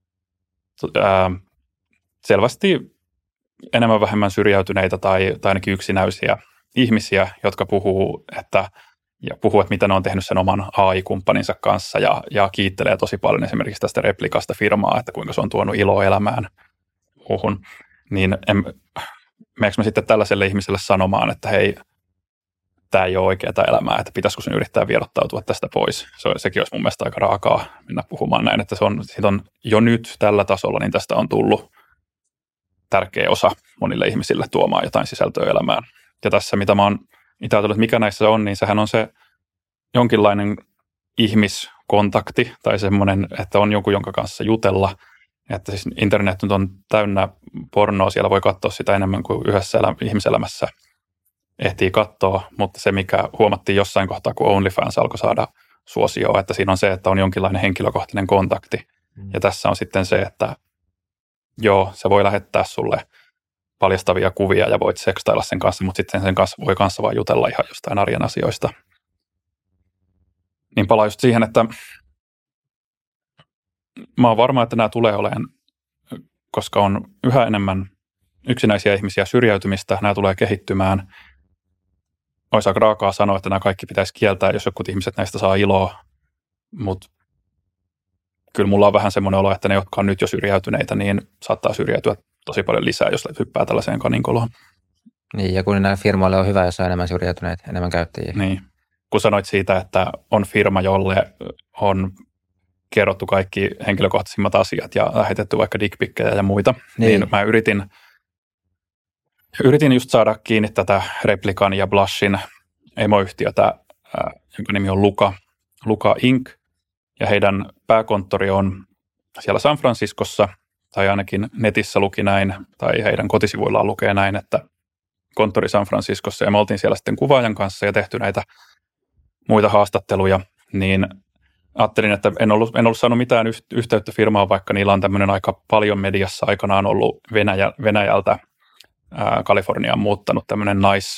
selvästi enemmän vähemmän syrjäytyneitä tai ainakin yksinäisiä ihmisiä, jotka puhuu, että mitä ne on tehnyt sen oman AI-kumppaninsa kanssa ja kiittelee tosi paljon esimerkiksi tästä replikasta firmaa, että kuinka se on tuonut iloa elämään muuhun. Niin meneekö mä sitten tällaiselle ihmiselle sanomaan, että hei, tämä ei ole oikeaa elämää, että pitäisikö sen yrittää vierottautua tästä pois. Sekin olisi mun mielestä aika raakaa mennä puhumaan näin, että siitä on jo nyt tällä tasolla, niin tästä on tullut tärkeä osa monille ihmisille tuomaan jotain sisältöä elämään. Ja tässä, mitä mä oon itse ajatellut, että mikä näissä on, niin sehän on se jonkinlainen ihmiskontakti tai semmoinen, että on joku, jonka kanssa jutella. Että siis internet nyt on täynnä pornoa, siellä voi katsoa sitä enemmän kuin yhdessä ihmiselämässä ehtii katsoa, mutta se, mikä huomattiin jossain kohtaa, kun OnlyFans alkoi saada suosioon, että siinä on se, että on jonkinlainen henkilökohtainen kontakti. Ja tässä on sitten se, että joo, se voi lähettää sulle paljastavia kuvia ja voit sekstailla sen kanssa, mutta sitten sen kanssa voi kanssa vaan jutella ihan jostain arjen asioista. Niin palaa just siihen, että mä oon varma, että nämä tulee olemaan, koska on yhä enemmän yksinäisiä ihmisiä, syrjäytymistä, nämä tulee kehittymään. Olisi aika raakaa sanoa, että nämä kaikki pitäisi kieltää, jos jotkut ihmiset näistä saa iloa, mutta kyllä mulla on vähän semmoinen olo, että ne, jotka on nyt jo syrjäytyneitä, niin saattaa syrjäytyä tosi paljon lisää, jos hyppää tällaiseen kaninkoloon. Niin, ja kun näillä firmoilla on hyvä, jos on enemmän syrjäytyneitä, enemmän käyttäjiä. Niin. kun sanoit siitä, että on firma, jolle on kerrottu kaikki henkilökohtaisimmat asiat ja lähetetty vaikka dickpikkejä ja muita, niin mä yritin just saada kiinni tätä Replikan ja Blushin emoyhtiötä, jonka nimi on Luka Inc. Ja heidän pääkonttori on siellä San Franciscossa, tai ainakin netissä luki näin, tai heidän kotisivuillaan lukee näin, että konttori San Franciscossa, ja me oltiin siellä sitten kuvaajan kanssa ja tehty näitä muita haastatteluja, niin ajattelin, että en ollut saanut mitään yhteyttä firmaan, vaikka niillä on tämmöinen aika paljon mediassa aikanaan ollut Venäjältä Kaliforniaan muuttanut tämmöinen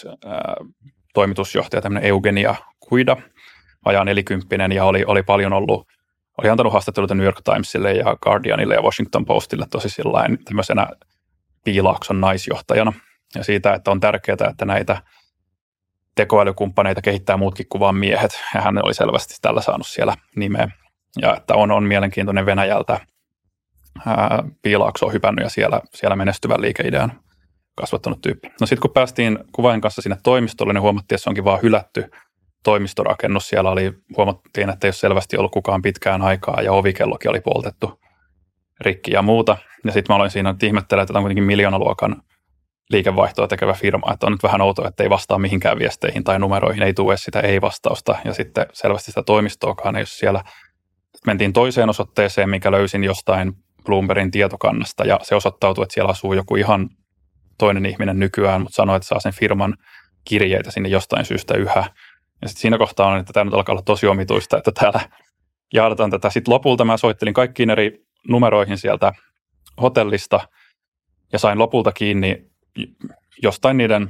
toimitusjohtaja, tämmöinen Eugenia Kuida, vajaa 40, ja oli paljon ollut, oli antanut haastatteluita New York Timesille ja Guardianille ja Washington Postille tosi sillain tämmöisenä piilaakson naisjohtajana. Ja siitä, että on tärkeää, että näitä tekoälykumppaneita kehittää muutkin kuin vaan miehet. Ja hän oli selvästi tällä saanut siellä nimeä. Ja että on mielenkiintoinen Venäjältä. Piilaakso on hypännyt ja siellä menestyvän liikeidean kasvattanut tyyppi. No sitten kun päästiin kuvaajan kanssa sinne toimistolle, niin huomattiin, että se onkin vaan hylätty toimistorakennus. Siellä huomattiin, että ei ole selvästi ollut kukaan pitkään aikaa ja ovikellokin oli poltettu rikki ja muuta. Ja sitten mä aloin siinä ihmettelemään, että tämä on kuitenkin miljoonaluokan liikevaihtoa tekevä firma, että on nyt vähän outoa, että ei vastaa mihinkään viesteihin tai numeroihin, ei tule edes sitä ei-vastausta, ja sitten selvästi sitä toimistoakaan ei ole siellä. Mentiin toiseen osoitteeseen, mikä löysin jostain Bloombergin tietokannasta, ja se osoittautui, että siellä asuu joku ihan toinen ihminen nykyään, mutta sanoi, että saa sen firman kirjeitä sinne jostain syystä yhä. Ja sitten siinä kohtaa on, että tämä nyt alkaa olla tosi omituista, että täällä jaetaan tätä. Sitten lopulta mä soittelin kaikkiin eri numeroihin sieltä hotellista, ja sain lopulta kiinni jostain niiden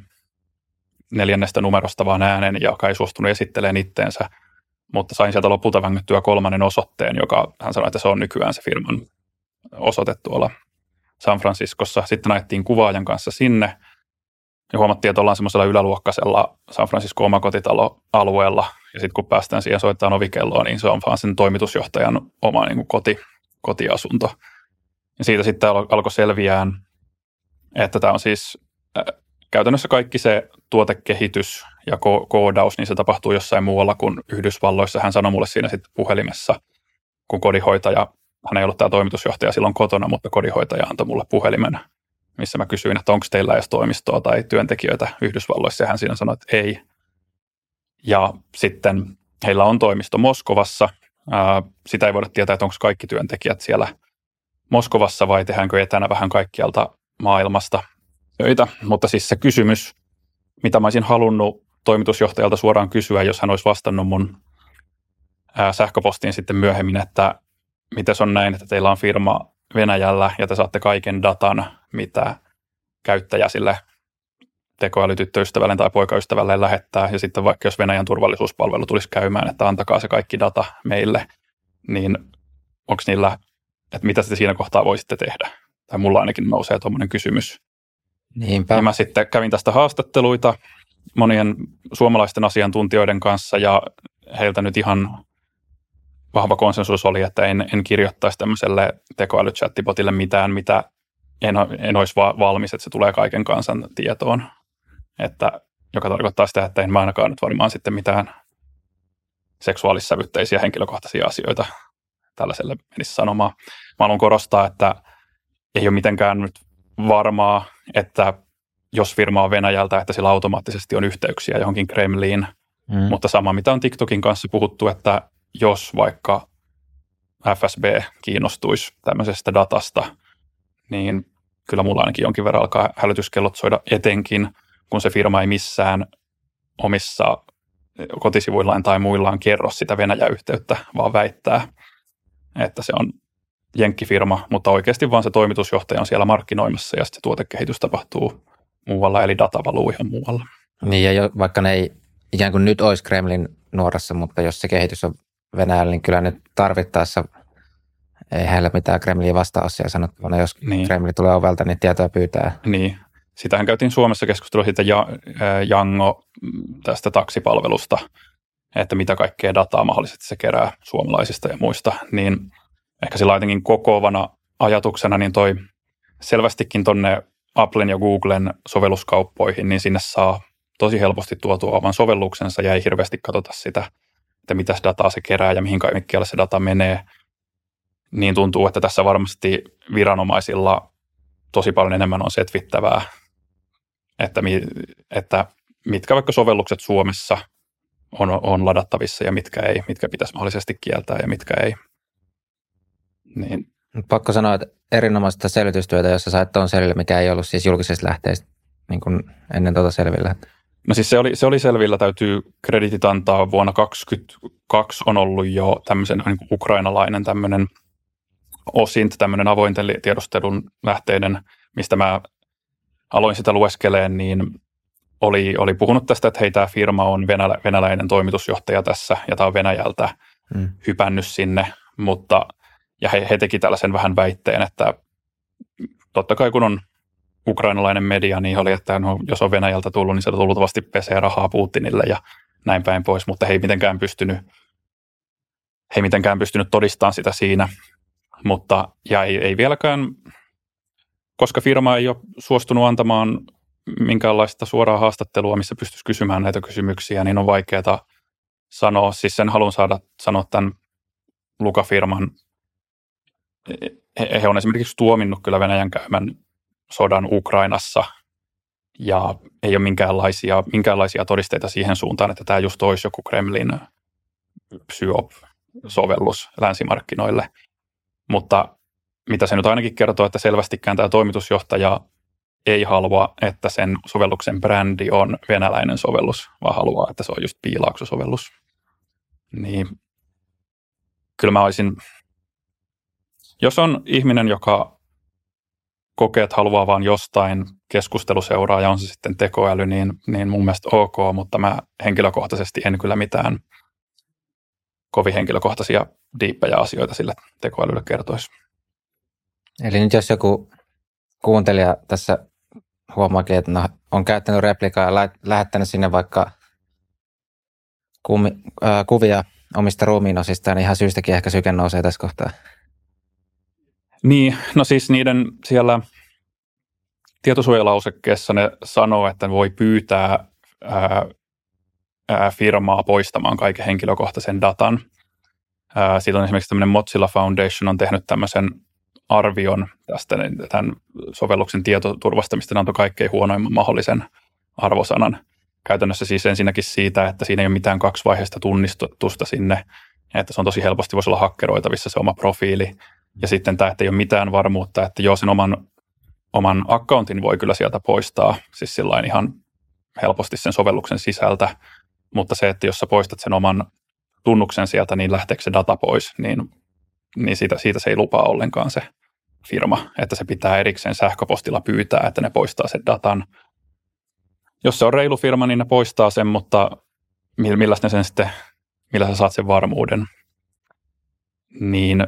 4. numerosta vaan äänen, joka ei suostunut esittelemään itteensä, mutta sain sieltä lopulta vängättyä 3. osoitteen, joka hän sanoi, että se on nykyään se firman osoite tuolla San Franciscossa. Sitten ajettiin kuvaajan kanssa sinne ja huomattiin, että ollaan semmoisella yläluokkaisella San Francisco omakotitaloalueella, ja sitten kun päästään siihen soittamaan ovikelloa, niin se on vaan sen toimitusjohtajan oma niin kuin kotiasunto. Ja siitä sitten alkoi selviään, että tämä on siis käytännössä kaikki se tuotekehitys ja koodaus, niin se tapahtuu jossain muualla kuin Yhdysvalloissa. Hän sanoi mulle siinä sitten puhelimessa, kun kodinhoitaja, hän ei ollut tämä toimitusjohtaja silloin kotona, mutta kodinhoitaja antoi mulle puhelimen, missä mä kysyin, että onko teillä edes toimistoa tai työntekijöitä Yhdysvalloissa, ja hän siinä sanoi, että ei. Ja sitten heillä on toimisto Moskovassa. Sitä ei voida tietää, että onko kaikki työntekijät siellä Moskovassa vai tehdäänkö etänä vähän kaikkialta maailmasta töitä, mutta siis se kysymys, mitä mä olisin halunnut toimitusjohtajalta suoraan kysyä, jos hän olisi vastannut mun sähköpostiin sitten myöhemmin, että miten se on näin, että teillä on firma Venäjällä ja te saatte kaiken datan, mitä käyttäjä sille tekoälytyttöystävälle tai poikaystävälle lähettää, ja sitten vaikka jos Venäjän turvallisuuspalvelu tulisi käymään, että antakaa se kaikki data meille, niin onko niillä, että mitä te siinä kohtaa voisitte tehdä? Tai mulla ainakin nousee tuommoinen kysymys. Niinpä. Ja mä sitten kävin tästä haastatteluita monien suomalaisten asiantuntijoiden kanssa, ja heiltä nyt ihan vahva konsensus oli, että en kirjoittaisi tämmöiselle tekoälychattibotille mitään, mitä en olisi valmis, että se tulee kaiken kansan tietoon. Että, joka tarkoittaa sitä, että en mä ainakaan nyt varmaan sitten mitään seksuaalissävytteisiä henkilökohtaisia asioita tällaiselle menisi sanomaan. Mä haluan korostaa, että ei ole mitenkään nyt varmaa, että jos firma on Venäjältä, että sillä automaattisesti on yhteyksiä johonkin Kremliin. Mutta sama, mitä on TikTokin kanssa puhuttu, että jos vaikka FSB kiinnostuisi tämmöisestä datasta, niin kyllä mulla ainakin jonkin verran alkaa hälytyskellot soida, etenkin, kun se firma ei missään omissa kotisivuillaan tai muillaan kerro sitä Venäjä-yhteyttä, vaan väittää, että se on jenkkifirma, mutta oikeasti vaan se toimitusjohtaja on siellä markkinoimassa ja sitten se tuotekehitys tapahtuu muualla, eli data valuu ihan muualla. Niin, ja vaikka ne ei ikään kuin nyt olisi Kremlin nuorassa, mutta jos se kehitys on Venäjällä, niin kyllä nyt tarvittaessa ei heillä mitään Kremliin vastauksia sanottavana. Jos Kremli tulee ovelta, niin tietoa pyytää. Niin. Sitähän käytiin Suomessa keskustelua siitä Jango tästä taksipalvelusta, että mitä kaikkea dataa mahdollisesti se kerää suomalaisista ja muista, niin ehkä sillä jotenkin kokoavana ajatuksena, niin toi selvästikin tonne Applen ja Googlen sovelluskauppoihin, niin sinne saa tosi helposti tuotua oman sovelluksensa ja ei hirveästi katsota sitä, että mitä dataa se kerää ja mihin kaikkialle se data menee, niin tuntuu, että tässä varmasti viranomaisilla tosi paljon enemmän on setvittävää, että mitkä vaikka sovellukset Suomessa on ladattavissa ja mitkä ei, mitkä pitäisi mahdollisesti kieltää ja mitkä ei. Niin. Pakko sanoa, että erinomaista selvitystyötä, jossa sait tuon selville, mikä ei ollut siis julkisesta lähteestä niin kuin ennen tuota selvillä. No siis se oli selvillä, täytyy kreditit antaa. Vuonna 2022 on ollut jo tämmöisen niin kuin ukrainalainen tämmöinen OSINT, tämmöinen avointen tiedustelun lähteiden, mistä mä aloin sitä lueskeleen, niin oli puhunut tästä, että hei, tämä firma on venäläinen toimitusjohtaja tässä, ja tämä on Venäjältä hypännyt sinne, ja he teki tällaisen vähän väitteen, että totta kai kun on ukrainalainen media, niin oli, että no, jos on Venäjältä tullut, niin se luultavasti pesee rahaa Putinille ja näin päin pois, mutta he ei mitenkään pystynyt todistamaan sitä siinä, ja ei vieläkään, koska firma ei ole suostunut antamaan minkäänlaista suoraa haastattelua, missä pystyisi kysymään näitä kysymyksiä, niin on vaikeaa sanoa. Siis sen haluan sanoa tämän Luka-firman. He on esimerkiksi tuominnut kyllä Venäjän käymän sodan Ukrainassa, ja ei ole minkäänlaisia todisteita siihen suuntaan, että tämä just olisi joku Kremlin psyop-sovellus länsimarkkinoille. Mutta mitä se nyt ainakin kertoo, että selvästikään tämä toimitusjohtaja ei halua, että sen sovelluksen brändi on venäläinen sovellus, vaan haluaa, että se on just piilauksosovellus. Niin kyllä mä olisin, jos on ihminen, joka kokee, että haluaa vaan jostain keskusteluseuraa ja on se sitten tekoäly, niin mun mielestä ok, mutta mä henkilökohtaisesti en kyllä mitään kovin henkilökohtaisia diippejä asioita sille tekoälylle kertoisi. Eli nyt jos joku kuuntelija tässä huomaakin, että on käyttänyt replikaa ja lähettänyt sinne vaikka kuvia omista ruumiinosistaan, niin ihan syystäkin ehkä syke nousee tässä kohtaa. Niin, no siis niiden siellä tietosuojalausekkeessa ne sanoo, että voi pyytää firmaa poistamaan kaiken henkilökohtaisen datan. Siitä on esimerkiksi tämmöinen Mozilla Foundation on tehnyt tämmöisen arvion tästä tämän sovelluksen tietoturvasta, mistä ne antoi kaikkein huonoimman mahdollisen arvosanan. Käytännössä siis ensinnäkin siitä, että siinä ei ole mitään kaksivaiheista tunnistusta sinne, että se on tosi helposti, voisi olla hakkeroitavissa se oma profiili. Ja sitten tämä, että ei ole mitään varmuutta, että joo, sen oman accountin voi kyllä sieltä poistaa, siis sillain ihan helposti sen sovelluksen sisältä, mutta se, että jos sä poistat sen oman tunnuksen sieltä, niin lähteekö se data pois, niin siitä se ei lupaa ollenkaan se firma, että se pitää erikseen sähköpostilla pyytää, että ne poistaa sen datan. Jos se on reilu firma, niin ne poistaa sen, mutta millä sä saat sen varmuuden, niin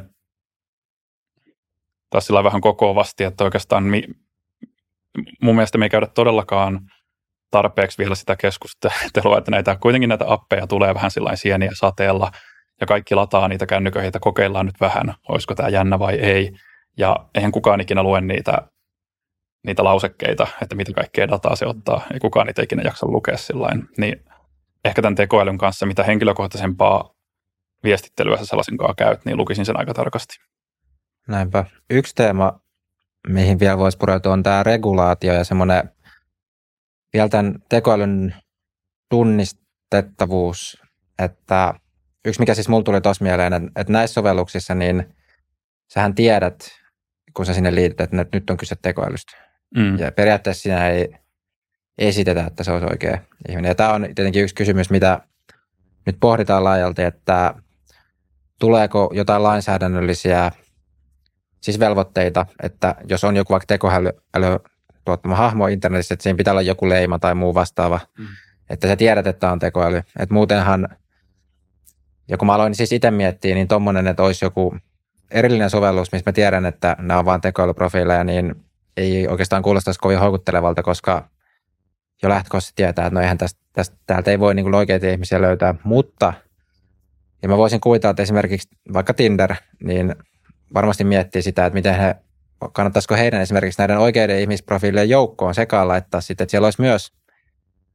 taas sillä vähän kokoavasti, että oikeastaan mun mielestä me ei käydä todellakaan tarpeeksi vielä sitä keskustelua, että kuitenkin näitä appeja tulee vähän sillain sieniä sateella ja kaikki lataa niitä kännyköitä, kokeillaan nyt vähän, olisiko tämä jännä vai ei. Ja eihän kukaan ikinä lue niitä lausekkeita, että mitä kaikkea dataa se ottaa. Ei kukaan niitä ikinä jaksa lukea sillain. Niin ehkä tämän tekoälyn kanssa, mitä henkilökohtaisempaa viestittelyä sä sellaisen kanssa käyt, niin lukisin sen aika tarkasti. Näinpä. Yksi teema, mihin vielä voisi pureutua, on tämä regulaatio ja semmoinen vielä tämän tekoälyn tunnistettavuus, että yksi mikä siis mulla tuli tuossa mieleen, että näissä sovelluksissa niin sähän tiedät, kun sä sinne liityt, että nyt on kyse tekoälystä. Ja periaatteessa siinä ei esitetä, että se olisi oikea ihminen. Ja tämä on tietenkin yksi kysymys, mitä nyt pohditaan laajalti, että tuleeko jotain lainsäädännöllisiä siis velvoitteita, että jos on joku vaikka tekoäly tuottama hahmo internetissä, että siinä pitää olla joku leima tai muu vastaava, että sä tiedät, että on tekoäly. Että muutenhan, ja kun mä aloin siis itse miettiä, niin tommonen, että olisi joku erillinen sovellus, missä mä tiedän, että nämä on vaan tekoälyprofiileja, niin ei oikeastaan kuulostaisi kovin houkuttelevalta, koska jo lähtökohtaisesti tietää, että no eihän täältä ei voi niin kuin oikeita ihmisiä löytää, mutta ja mä voisin kuvitella, että esimerkiksi vaikka Tinder, niin varmasti miettii sitä, että miten kannattaisiko heidän esimerkiksi näiden oikeiden ihmisprofiilien joukkoon sekaan laittaa sitten, että siellä olisi myös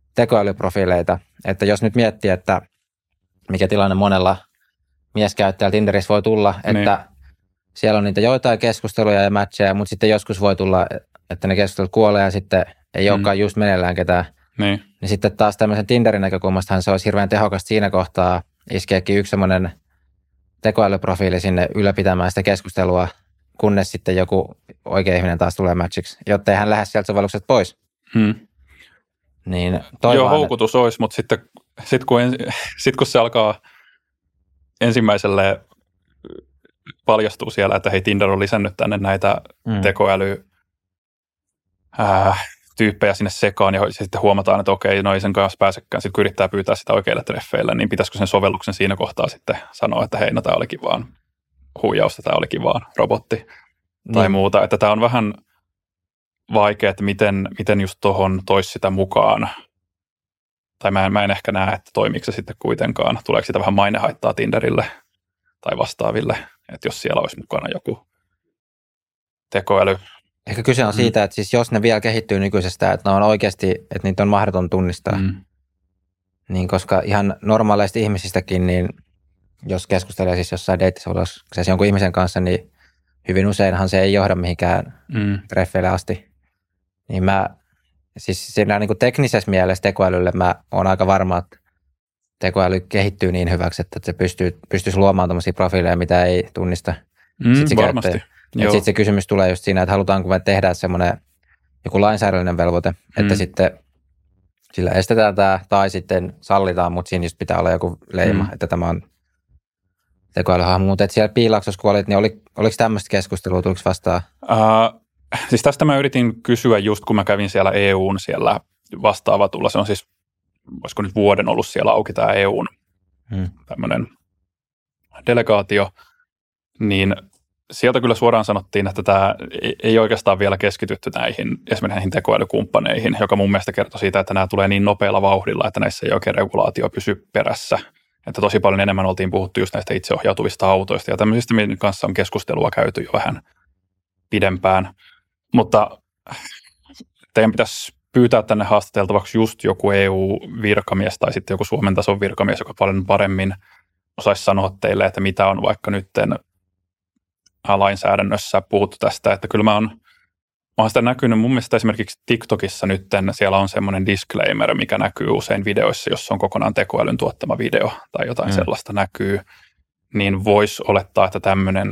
tekoälyprofiileita, että jos nyt miettii, että mikä tilanne monella mieskäyttäjällä Tinderissä voi tulla, että siellä on niitä joitain keskusteluja ja matcheja, mutta sitten joskus voi tulla, että ne keskustelut kuolee ja sitten ei olekaan just meneillään ketään. Niin sitten taas tämmöisen Tinderin näkökulmastahan se olisi hirveän tehokasta siinä kohtaa iskeäkin yksi semmoinen tekoälyprofiili sinne ylläpitämään sitä keskustelua, kunnes sitten joku oikea ihminen taas tulee matchiksi, jotta ei hän lähde sieltä sovellukset pois. Niin joo, houkutus olisi, mutta sitten kun se alkaa ensimmäiselle paljastuu siellä, että hei, Tinder on lisännyt tänne näitä tekoälytyyppejä sinne sekaan, ja sitten huomataan, että okei, no ei sen kanssa pääsekään. Sitten kun yrittää pyytää sitä oikeille treffeille, niin pitäisikö sen sovelluksen siinä kohtaa sitten sanoa, että hei, no tämä olikin vaan huijausta, tämä olikin vaan robotti tai muuta. Että tämä on vähän vaikea, että miten just tuohon toisi sitä mukaan. Tai mä en ehkä näe, että toimiiko se sitten kuitenkaan. Tuleeko sitä vähän mainehaittaa Tinderille tai vastaaville, että jos siellä olisi mukana joku tekoäly. Ehkä kyse on siitä, että siis jos ne vielä kehittyy nykyisestä, että ne on oikeasti, että niitä on mahdoton tunnistaa. Niin koska ihan normaaleista ihmisistäkin, niin jos keskustelee siis jossain deittisovelluksessa jonkun ihmisen kanssa, niin hyvin useinhan se ei johda mihinkään treffeille asti. Niin siis siinä niin kuin teknisessä mielessä tekoälylle mä oon aika varma, että tekoäly kehittyy niin hyväksi, että se pystyisi luomaan tämmöisiä profiileja, mitä ei tunnista. Varmasti. Sitten se kysymys tulee just siinä, että halutaanko me tehdä semmoinen joku lainsäädännöllinen velvoite, että sitten sillä estetään tämä tai sitten sallitaan, mutta siinä just pitää olla joku leima, että tämä on tekoälyhahmo. Mutta siellä Piilaksossa kun olit, niin oliko tämmöistä keskustelua, tuliko vastaan? Siis tästä mä yritin kysyä just, kun mä kävin siellä EUn siellä vastaavatulla. Se on siis, olisiko nyt vuoden ollut siellä auki tämä EUn tämmöinen delegaatio, niin sieltä kyllä suoraan sanottiin, että tämä ei oikeastaan vielä keskitytty esimerkiksi näihin tekoälykumppaneihin, joka mun mielestä kertoi siitä, että nämä tulee niin nopealla vauhdilla, että näissä ei oikein regulaatio pysy perässä. Että tosi paljon enemmän oltiin puhuttu just näistä itseohjautuvista autoista ja tämmöisistä, minkä kanssa on keskustelua käyty jo vähän pidempään. Mutta teidän pitäisi pyytää tänne haastateltavaksi just joku EU-virkamies tai sitten joku Suomen tason virkamies, joka paljon paremmin osaisi sanoa teille, että mitä on vaikka nytten lainsäädännössä puhuttu tästä. Että kyllä mä oon sitä näkynyt mun mielestä esimerkiksi TikTokissa nytten, siellä on semmoinen disclaimer, mikä näkyy usein videoissa, jos on kokonaan tekoälyn tuottama video tai jotain sellaista näkyy, niin voisi olettaa, että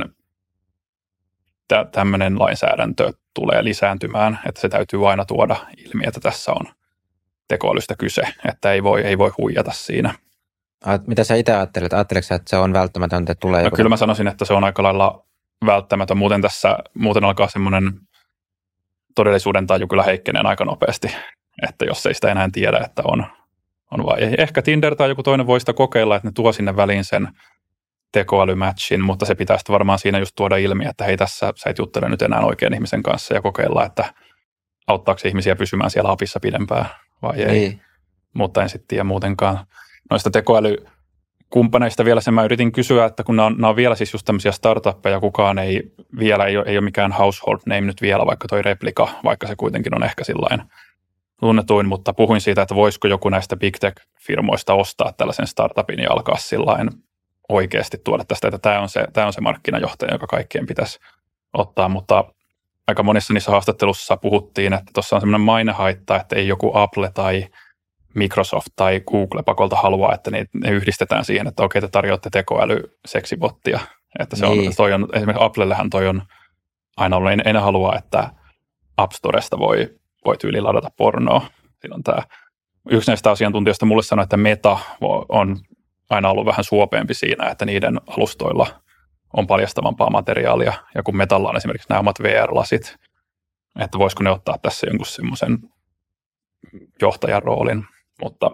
tämmöinen lainsäädäntö tulee lisääntymään, että se täytyy aina tuoda ilmi, että tässä on tekoälystä kyse, että ei voi huijata siinä. Mitä sä itse ajattelet? Ajatteletko että se on välttämätöntä, että tulee joku? Kyllä mä sanoisin, että se on aika lailla välttämätön. Muuten alkaa semmoinen todellisuuden taju kyllä heikkenee aika nopeasti, että jos ei sitä enää tiedä, että on vai ei. Ehkä Tinder tai joku toinen voi sitä kokeilla, että ne tuo sinne väliin sen tekoälymatchin, mutta se pitää sitten varmaan siinä just tuoda ilmi, että hei, tässä sä et juttele nyt enää oikean ihmisen kanssa ja kokeilla, että auttaako se ihmisiä pysymään siellä apissa pidempään vai ei. Niin. Mutta en sitten tiedä muutenkaan. Noista tekoälykumppaneista vielä sen mä yritin kysyä, että kun nämä on vielä siis just tämmöisiä startuppeja, kukaan ei ole mikään household name nyt vielä, vaikka toi Replika, vaikka se kuitenkin on ehkä sillain tunnetuin, mutta puhuin siitä, että voisiko joku näistä big tech-firmoista ostaa tällaisen startupin ja alkaa sillain oikeasti tuoda tästä, että tämä on se markkinajohtaja, joka kaikkien pitäisi ottaa, mutta aika monissa niissä haastattelussa puhuttiin, että tuossa on semmoinen mainehaitta, että ei joku Apple tai Microsoft tai Google pakolta halua, että ne yhdistetään siihen, että okei, te tarjoatte tekoäly-seksibottia. Että se on, esimerkiksi Applellehän toi on aina ollut, ei ne halua, että App Storesta voi tyyliin ladata pornoa. Siinä on tämä. Yksi näistä asiantuntijoista mulle sanoi, että Meta on aina ollut vähän suopeampi siinä, että niiden alustoilla on paljastavampaa materiaalia. Ja kun Metalla on esimerkiksi nämä omat VR-lasit, että voisiko ne ottaa tässä jonkun semmoisen johtajan roolin, mutta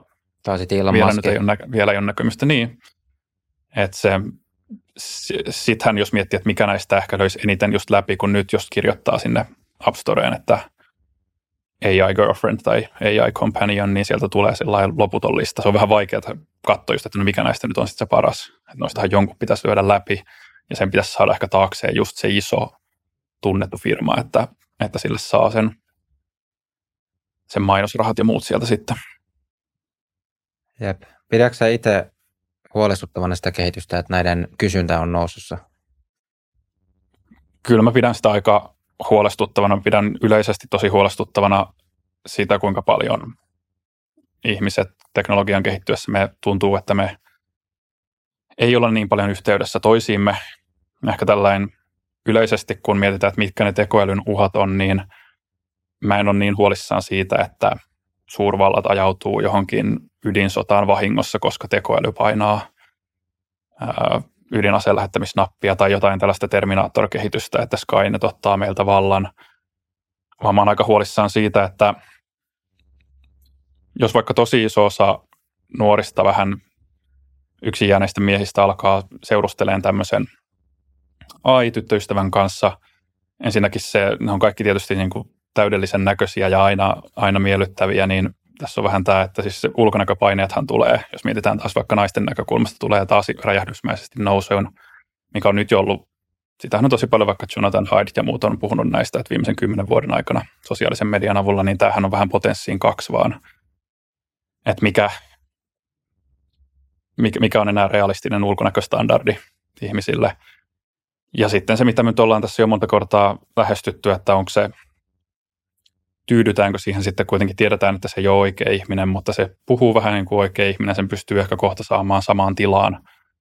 vielä ei ole näkymistä niin, että sittenhän jos miettii, että mikä näistä ehkä löysi eniten just läpi, kun nyt jos kirjoittaa sinne App Storeen, että AI Girlfriend tai AI Companion, niin sieltä tulee sellainen loputon lista. Se on vähän vaikeaa katsoa just, että no mikä näistä nyt on sitten se paras. Että noistahan jonkun pitäisi lyödä läpi ja sen pitäisi saada ehkä taakseen just se iso tunnettu firma, että sille saa sen mainosrahat ja muut sieltä sitten. Jep. Pidätkö sä itse huolestuttavana sitä kehitystä, että näiden kysyntä on nousussa? Kyllä mä pidän sitä aika huolestuttavana. Pidän yleisesti tosi huolestuttavana sitä, kuinka paljon ihmiset teknologian kehittyessä me tuntuu, että me ei olla niin paljon yhteydessä toisiimme. Ehkä tällainen yleisesti, kun mietitään, että mitkä ne tekoälyn uhat on, niin mä en ole niin huolissaan siitä, että suurvallat ajautuu johonkin ydinsotaan vahingossa, koska tekoäly painaa ydinaseen lähettämisnappia tai jotain tällaista Terminator-kehitystä, että Skynet ottaa meiltä vallan. Vaan mä oon aika huolissaan siitä, että jos vaikka tosi iso osa nuorista vähän yksin jääneistä miehistä alkaa seurustelemaan tämmöisen AI-tyttöystävän kanssa, ensinnäkin ne on kaikki tietysti niin kuin täydellisen näköisiä ja aina miellyttäviä, niin tässä on vähän tämä, että siis se ulkonäköpaineethan tulee, jos mietitään taas vaikka naisten näkökulmasta, tulee taas räjähdysmäisesti nousuun, mikä on nyt jo ollut, sitähän on tosi paljon vaikka Jonathan Haidt ja muut on puhunut näistä, että viimeisen 10 vuoden aikana sosiaalisen median avulla, niin tämähän on vähän potenssiin 2 vaan, että mikä on enää realistinen ulkonäköstandardi ihmisille. Ja sitten se, mitä me nyt ollaan tässä jo monta kertaa lähestytty, että onko se, tyydytäänkö siihen sitten kuitenkin, tiedetään, että se ei ole oikea ihminen, mutta se puhuu vähän niin kuin oikea ihminen, sen pystyy ehkä kohta saamaan samaan tilaan.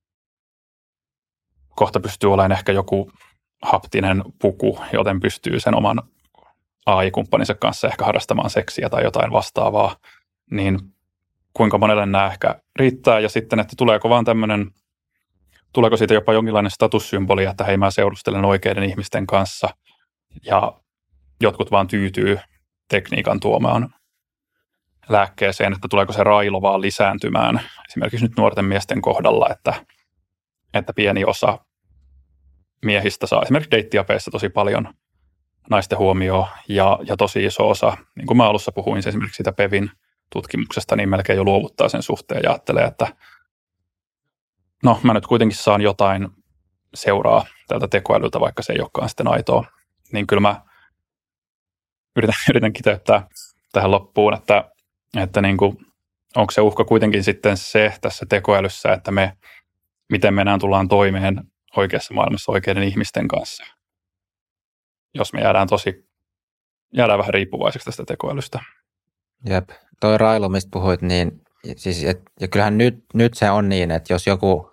Kohta pystyy olemaan ehkä joku haptinen puku, joten pystyy sen oman AI-kumppaninsa kanssa ehkä harrastamaan seksiä tai jotain vastaavaa, niin kuinka monelle nämä ehkä riittää, ja sitten, että tuleeko siitä jopa jonkinlainen statussymboli, että hei, mä seurustelen oikeiden ihmisten kanssa, ja jotkut vaan tyytyy tekniikan tuomaan lääkkeeseen, että tuleeko se railo vaan lisääntymään, esimerkiksi nyt nuorten miesten kohdalla, että pieni osa miehistä saa esimerkiksi deittiapeissa tosi paljon naisten huomioon, ja tosi iso osa, niin kuin mä alussa puhuin esimerkiksi siitä Pevin tutkimuksesta, niin melkein jo luovuttaa sen suhteen ja ajattelee, että no mä nyt kuitenkin saan jotain seuraa tältä tekoälyltä, vaikka se ei olekaan sitten aitoa. Niin kyllä mä yritän kiteyttää tähän loppuun, että niin kuin, onko se uhka kuitenkin sitten se tässä tekoälyssä, että miten me enää tullaan toimeen oikeassa maailmassa oikeiden ihmisten kanssa, jos me jäädään vähän riippuvaiseksi tästä tekoälystä. Jep, toi railu, mistä puhuit, niin siis, ja kyllähän nyt se on niin, että jos joku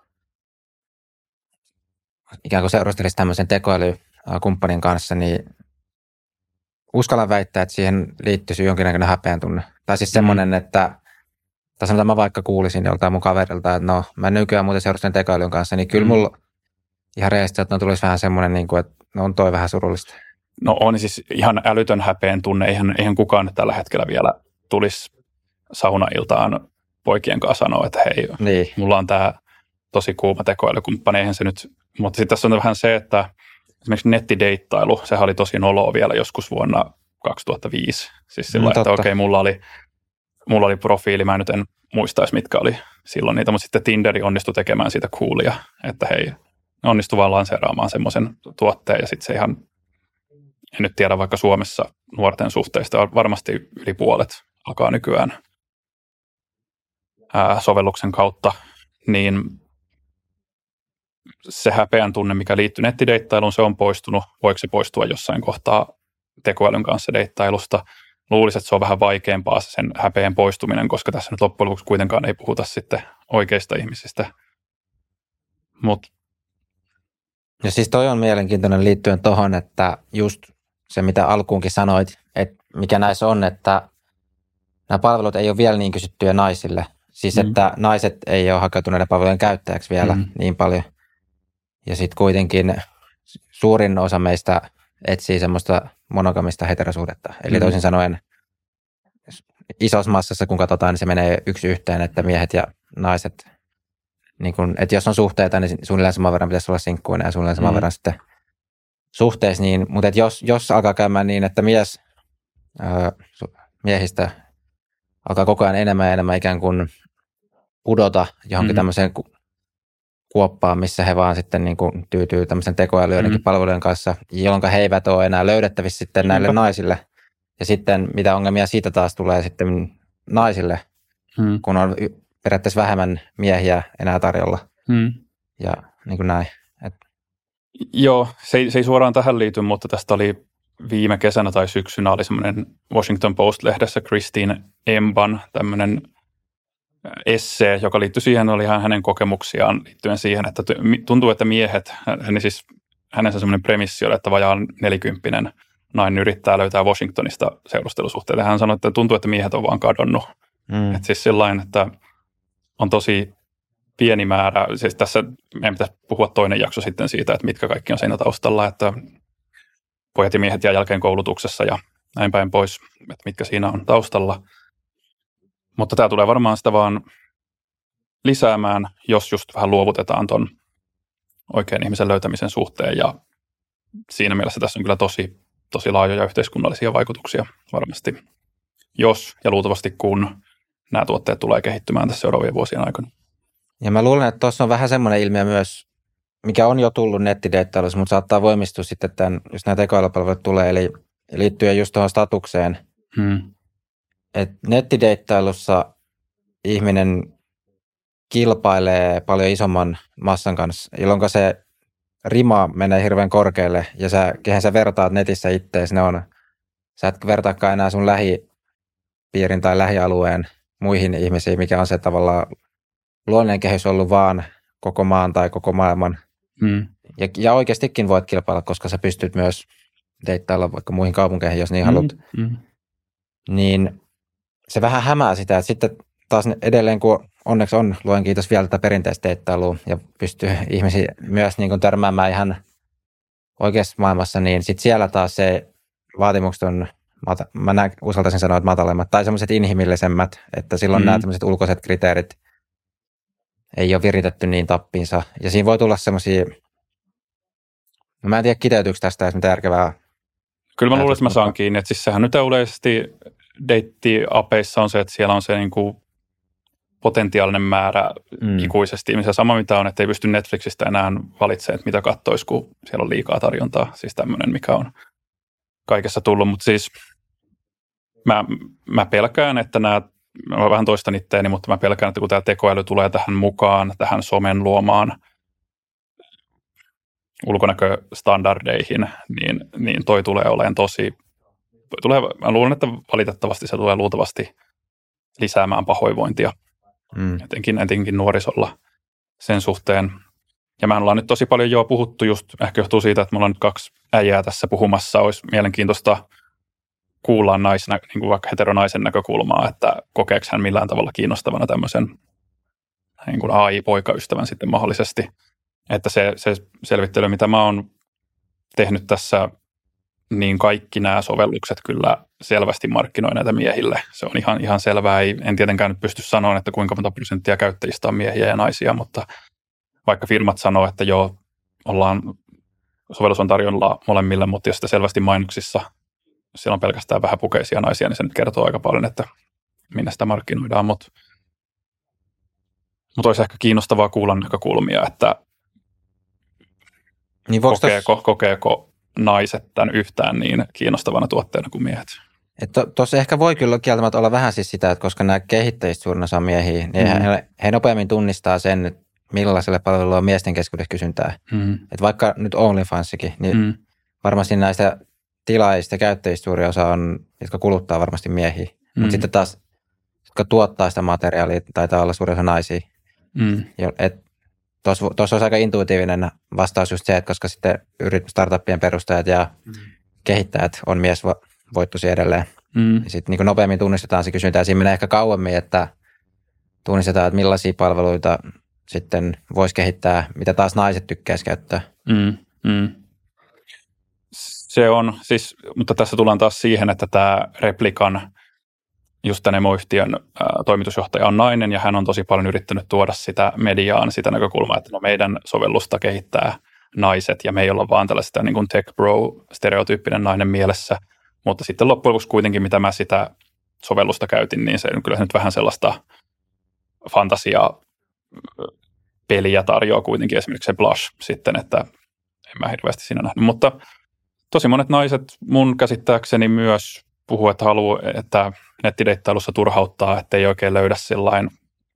ikään kuin seurustelisi tämmöisen tekoälykumppanin kanssa, niin uskallan väittää, että siihen liittyisi jonkinnäköinen häpeän tunne. Tai siis semmoinen, että tässä mitä mä vaikka kuulisin joltain mun kaverilta, että no mä nykyään muuten seurustelen tekoälyn kanssa, niin kyllä mulla ihan reellisesti, että tulisi vähän semmoinen, niin kuin, että no on toi vähän surullista. No on siis ihan älytön häpeän tunne. Eihän kukaan nyt tällä hetkellä vielä tulisi saunailtaan poikien kanssa sanoa, että hei, niin, mulla on tämä tosi kuuma tekoälykumppani, eihän se nyt, mutta sitten tässä on vähän se, että esimerkiksi nettideittailu, sehän oli tosi noloa vielä joskus vuonna 2005. Siis sillä että okei, mulla oli profiili, mä nyt en muistaisi mitkä oli silloin niitä, mutta sitten Tinderi onnistui tekemään siitä coolia, että hei, onnistui vaan lanseeraamaan semmoisen tuotteen ja sitten se ihan, en nyt tiedä vaikka Suomessa nuorten suhteista, varmasti yli puolet alkaa nykyään sovelluksen kautta, niin se häpeän tunne, mikä liittyy nettideittailuun, se on poistunut. Voiko se poistua jossain kohtaa tekoälyn kanssa deittailusta? Luulisin, että se on vähän vaikeampaa sen häpeän poistuminen, koska tässä nyt loppujen lopuksi kuitenkaan ei puhuta sitten oikeista ihmisistä. Ja siis toi on mielenkiintoinen liittyen tuohon, että just se, mitä alkuunkin sanoit, että mikä näissä on, että nämä palvelut ei ole vielä niin kysyttyjä naisille. Siis, että naiset ei ole hakeutuneiden palvelujen käyttäjäksi vielä niin paljon. Ja sitten kuitenkin suurin osa meistä etsii semmoista monogamista heterosuhdetta. Eli toisin sanoen isossa massassa, kun katsotaan, niin se menee yksi yhteen, että miehet ja naiset, niin kun, että jos on suhteita, niin suunnilleen saman verran pitäisi olla sinkkuina ja suunnilleen saman verran sitten suhteessa. Niin, mutta että jos alkaa käymään niin, että miehistä alkaa koko ajan enemmän ja enemmän ikään kuin pudota johonkin tämmöiseen kuoppaan, missä he vaan sitten niin kuin tyytyy tämmöisen tekoäly joidenkin palvelujen kanssa, jolloin he eivät ole enää löydettävissä sitten näille naisille. Ja sitten mitä ongelmia siitä taas tulee sitten naisille, kun on periaatteessa vähemmän miehiä enää tarjolla ja niin kuin näin. Joo, se ei suoraan tähän liity, mutta tästä oli viime kesänä tai syksynä oli semmoinen Washington Post-lehdessä Christine Emban tämmöinen essee, joka liittyi siihen, oli hänen kokemuksiaan liittyen siihen, että tuntuu, että miehet, hänen semmoinen premissi oli, että vajaan 40 nainen yrittää löytää Washingtonista seurustelusuhteita. Hän sanoi, että tuntuu, että miehet on vaan kadonnut. Että siis sellainen, että on tosi pieni määrä, siis tässä meidän pitäisi puhua toinen jakso sitten siitä, että mitkä kaikki on siinä taustalla, että pojat ja miehet jää jälkeen koulutuksessa ja näin päin pois, että mitkä siinä on taustalla. Mutta tämä tulee varmaan sitä vaan lisäämään, jos just vähän luovutetaan ton oikean ihmisen löytämisen suhteen ja siinä mielessä tässä on kyllä tosi laajoja yhteiskunnallisia vaikutuksia varmasti, jos ja luultavasti kun nämä tuotteet tulee kehittymään tässä seuraavien vuosien aikana. Ja mä luulen, että tuossa on vähän semmoinen ilmiö myös, mikä on jo tullut nettideittailussa, mutta saattaa voimistua sitten, jos nämä tekoälypalvelut tulee, eli liittyen just tuohon statukseen. Että nettideittailussa ihminen kilpailee paljon isomman massan kanssa, jolloin se rima menee hirveän korkealle, ja kehen sä vertaat netissä ittees, sä et vertaakaan enää sun lähipiirin tai lähialueen muihin ihmisiin, mikä on se tavallaan luonnollinen kehys ollut vaan koko maan tai koko maailman. Ja oikeastikin voit kilpailla, koska sä pystyt myös deittailla vaikka muihin kaupunkeihin, jos niin haluat. Niin se vähän hämää sitä, että sitten taas edelleen, kun onneksi on, luen kiitos vielä tätä perinteistä deittailua ja pystyy ihmisiä myös niin kuin törmäämään ihan oikeassa maailmassa, niin sitten siellä taas se vaatimukset on, uskaltaisin sanoa, että matalemmat tai semmoiset inhimillisemmät, että silloin nämä tämmöiset ulkoiset kriteerit ei ole viritetty niin tappiinsa. Ja siinä voi tulla semmoisia, mä en tiedä kiteytyykö tästä edes mitään järkevää. Kyllä mä luulen, että mä saan kiinni, että siis sehän nyt yleisesti deitti-apeissa on se, että siellä on se niin kuin potentiaalinen määrä ikuisesti ihmisiä. Sama mitä on, että ei pysty Netflixistä enää valitsemaan, että mitä kattoisi, kun siellä on liikaa tarjontaa. Siis tämmöinen, mikä on kaikessa tullut. Mutta siis mä pelkään, että mä vähän toistan itteeni, mutta mä pelkään, että kun tämä tekoäly tulee tähän mukaan, tähän somen luomaan ulkonäköstandardeihin, niin toi tulee olemaan mä luulen, että valitettavasti se tulee luultavasti lisäämään pahoinvointia, etenkin nuorisolla sen suhteen. Ja mehän ollaan nyt tosi paljon puhuttu just, ehkä johtuu siitä, että me ollaan nyt 2 äijää tässä puhumassa, olisi mielenkiintoista kuulla niin kuin vaikka heteronaisen näkökulmaa, että kokeeko hän millään tavalla kiinnostavana tämmöisen niin kuin AI-poikaystävän sitten mahdollisesti. Että se selvittely, mitä mä oon tehnyt tässä, niin kaikki nämä sovellukset kyllä selvästi markkinoi näitä miehille. Se on ihan selvää. En tietenkään nyt pysty sanoa, että kuinka monta prosenttia käyttäjistä on miehiä ja naisia, mutta vaikka firmat sanoo, että joo, sovellus on tarjolla molemmille, mutta jos sitä selvästi mainoksissa siellä on pelkästään vähäpukeisia naisia, niin se nyt kertoo aika paljon, että minne sitä markkinoidaan. Mutta olisi ehkä kiinnostavaa kuulla näkökulmia, että niin kokeeko naiset tämän yhtään niin kiinnostavana tuotteena kuin miehet. Tuossa ehkä voi kyllä kieltämättä olla vähän siis sitä, että koska nämä kehittäjistä suurin osa on miehiä, niin he nopeammin tunnistaa sen, että millaiselle palvelulle on miesten keskuudessa kysyntää. Että vaikka nyt OnlyFansikin, niin varmasti näistä tilaajista ja käyttäjistä suuri osa on, jotka kuluttaa varmasti miehiä. Mutta sitten taas, jotka tuottaa sitä materiaalia, taitaa olla suuri osa naisia. Tuossa olisi aika intuitiivinen vastaus just se, että koska sitten startuppien perustajat ja kehittäjät on miesvoittoisia edelleen. Sitten niin nopeammin tunnistetaan se kysyntä ja siinä menee ehkä kauemmin, että tunnistetaan, että millaisia palveluita sitten voisi kehittää, mitä taas naiset tykkäisi käyttää. Se on, siis, mutta tässä tullaan taas siihen, että tämä Replikan, just tämän emoyhtiön toimitusjohtaja on nainen, ja hän on tosi paljon yrittänyt tuoda sitä mediaan, sitä näkökulmaa, että no meidän sovellusta kehittää naiset, ja me ei olla vaan tällaista niin kuin tech bro-stereotyyppinen nainen mielessä, mutta sitten loppujen lopuksi kuitenkin, mitä mä sitä sovellusta käytin, niin se kyllä nyt vähän sellaista fantasiaa peliä tarjoaa kuitenkin, esimerkiksi se Blush sitten, että en mä hirveästi siinä nähnyt, mutta tosi monet naiset mun käsittääkseni myös puhuu, että haluaa, että nettideittailussa turhauttaa, että ei oikein löydä sellainen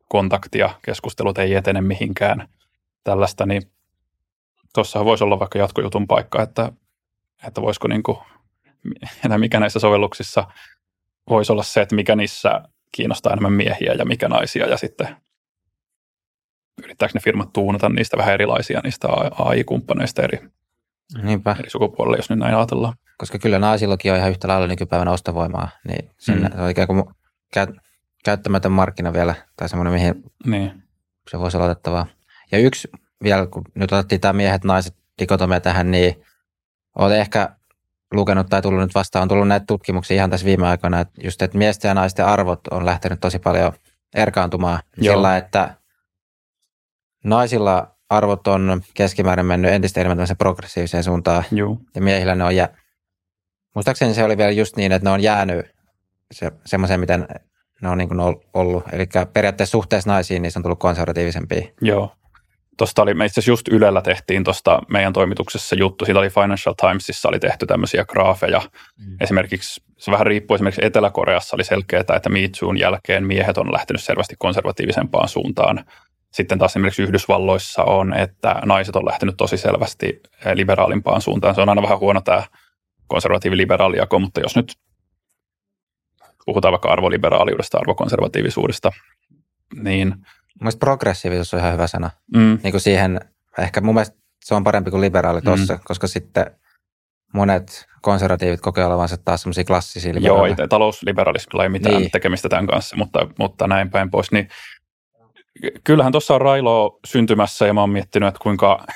kontaktia, keskustelut ei etene mihinkään tällaista, niin tuossahan voisi olla vaikka jatkojutun paikka, että voisiko mikä näissä sovelluksissa voisi olla se, että mikä niissä kiinnostaa enemmän miehiä ja mikä naisia, ja sitten yrittääkö ne firmat tuunata niistä vähän erilaisia, niistä AI-kumppaneista eri sukupuolella, jos nyt näin ajatellaan. Koska kyllä naisillakin on ihan yhtä lailla nykypäivänä ostovoimaa, niin se on ikään kuin käyttämätön markkina vielä, tai semmoinen, mihin se voisi olla otettavaa. Ja yksi vielä, kun nyt otettiin tämä miehet-naiset dikotomia tähän, niin olet ehkä lukenut tai tullut nyt vastaan, on tullut näitä tutkimuksia ihan tässä viime aikoina, että just, että miesten ja naisten arvot on lähtenyt tosi paljon erkaantumaan sillä, että naisilla arvot on keskimäärin mennyt entistä enemmän tämmöiseen progressiiviseen suuntaan, ja miehillä ne on muistaakseni se oli vielä just niin, että ne on jäänyt semmoiseen, miten ne on niin kuin ollut. Eli periaatteessa suhteessa naisiin niin se on tullut konservatiivisempia. Joo. Tuosta oli, me itse asiassa just Ylellä tehtiin tuosta meidän toimituksessa juttu. Siitä oli Financial Timesissa oli tehty tämmöisiä graafeja. Esimerkiksi, se vähän riippuu, esimerkiksi Etelä-Koreassa oli selkeää, että Me Toon jälkeen miehet on lähtenyt selvästi konservatiivisempaan suuntaan. Sitten taas esimerkiksi Yhdysvalloissa on, että naiset on lähtenyt tosi selvästi liberaalimpaan suuntaan. Se on aina vähän huono tämä konservatiivi-liberaali jako, mutta jos nyt puhutaan vaikka arvoliberaaliudesta, arvokonservatiivisuudesta, niin mielestäni progressiivisuus on ihan hyvä sana. Niin kuin siihen, ehkä mun mielestä se on parempi kuin liberaali tuossa, koska sitten monet konservatiivit kokee olevansa taas semmoisia klassisia liberaaleja. Joo, talousliberalismilla ei mitään tekemistä tämän kanssa, mutta näin päin pois. Niin, kyllähän tuossa on railoa syntymässä, ja mä oon miettinyt, että kuinka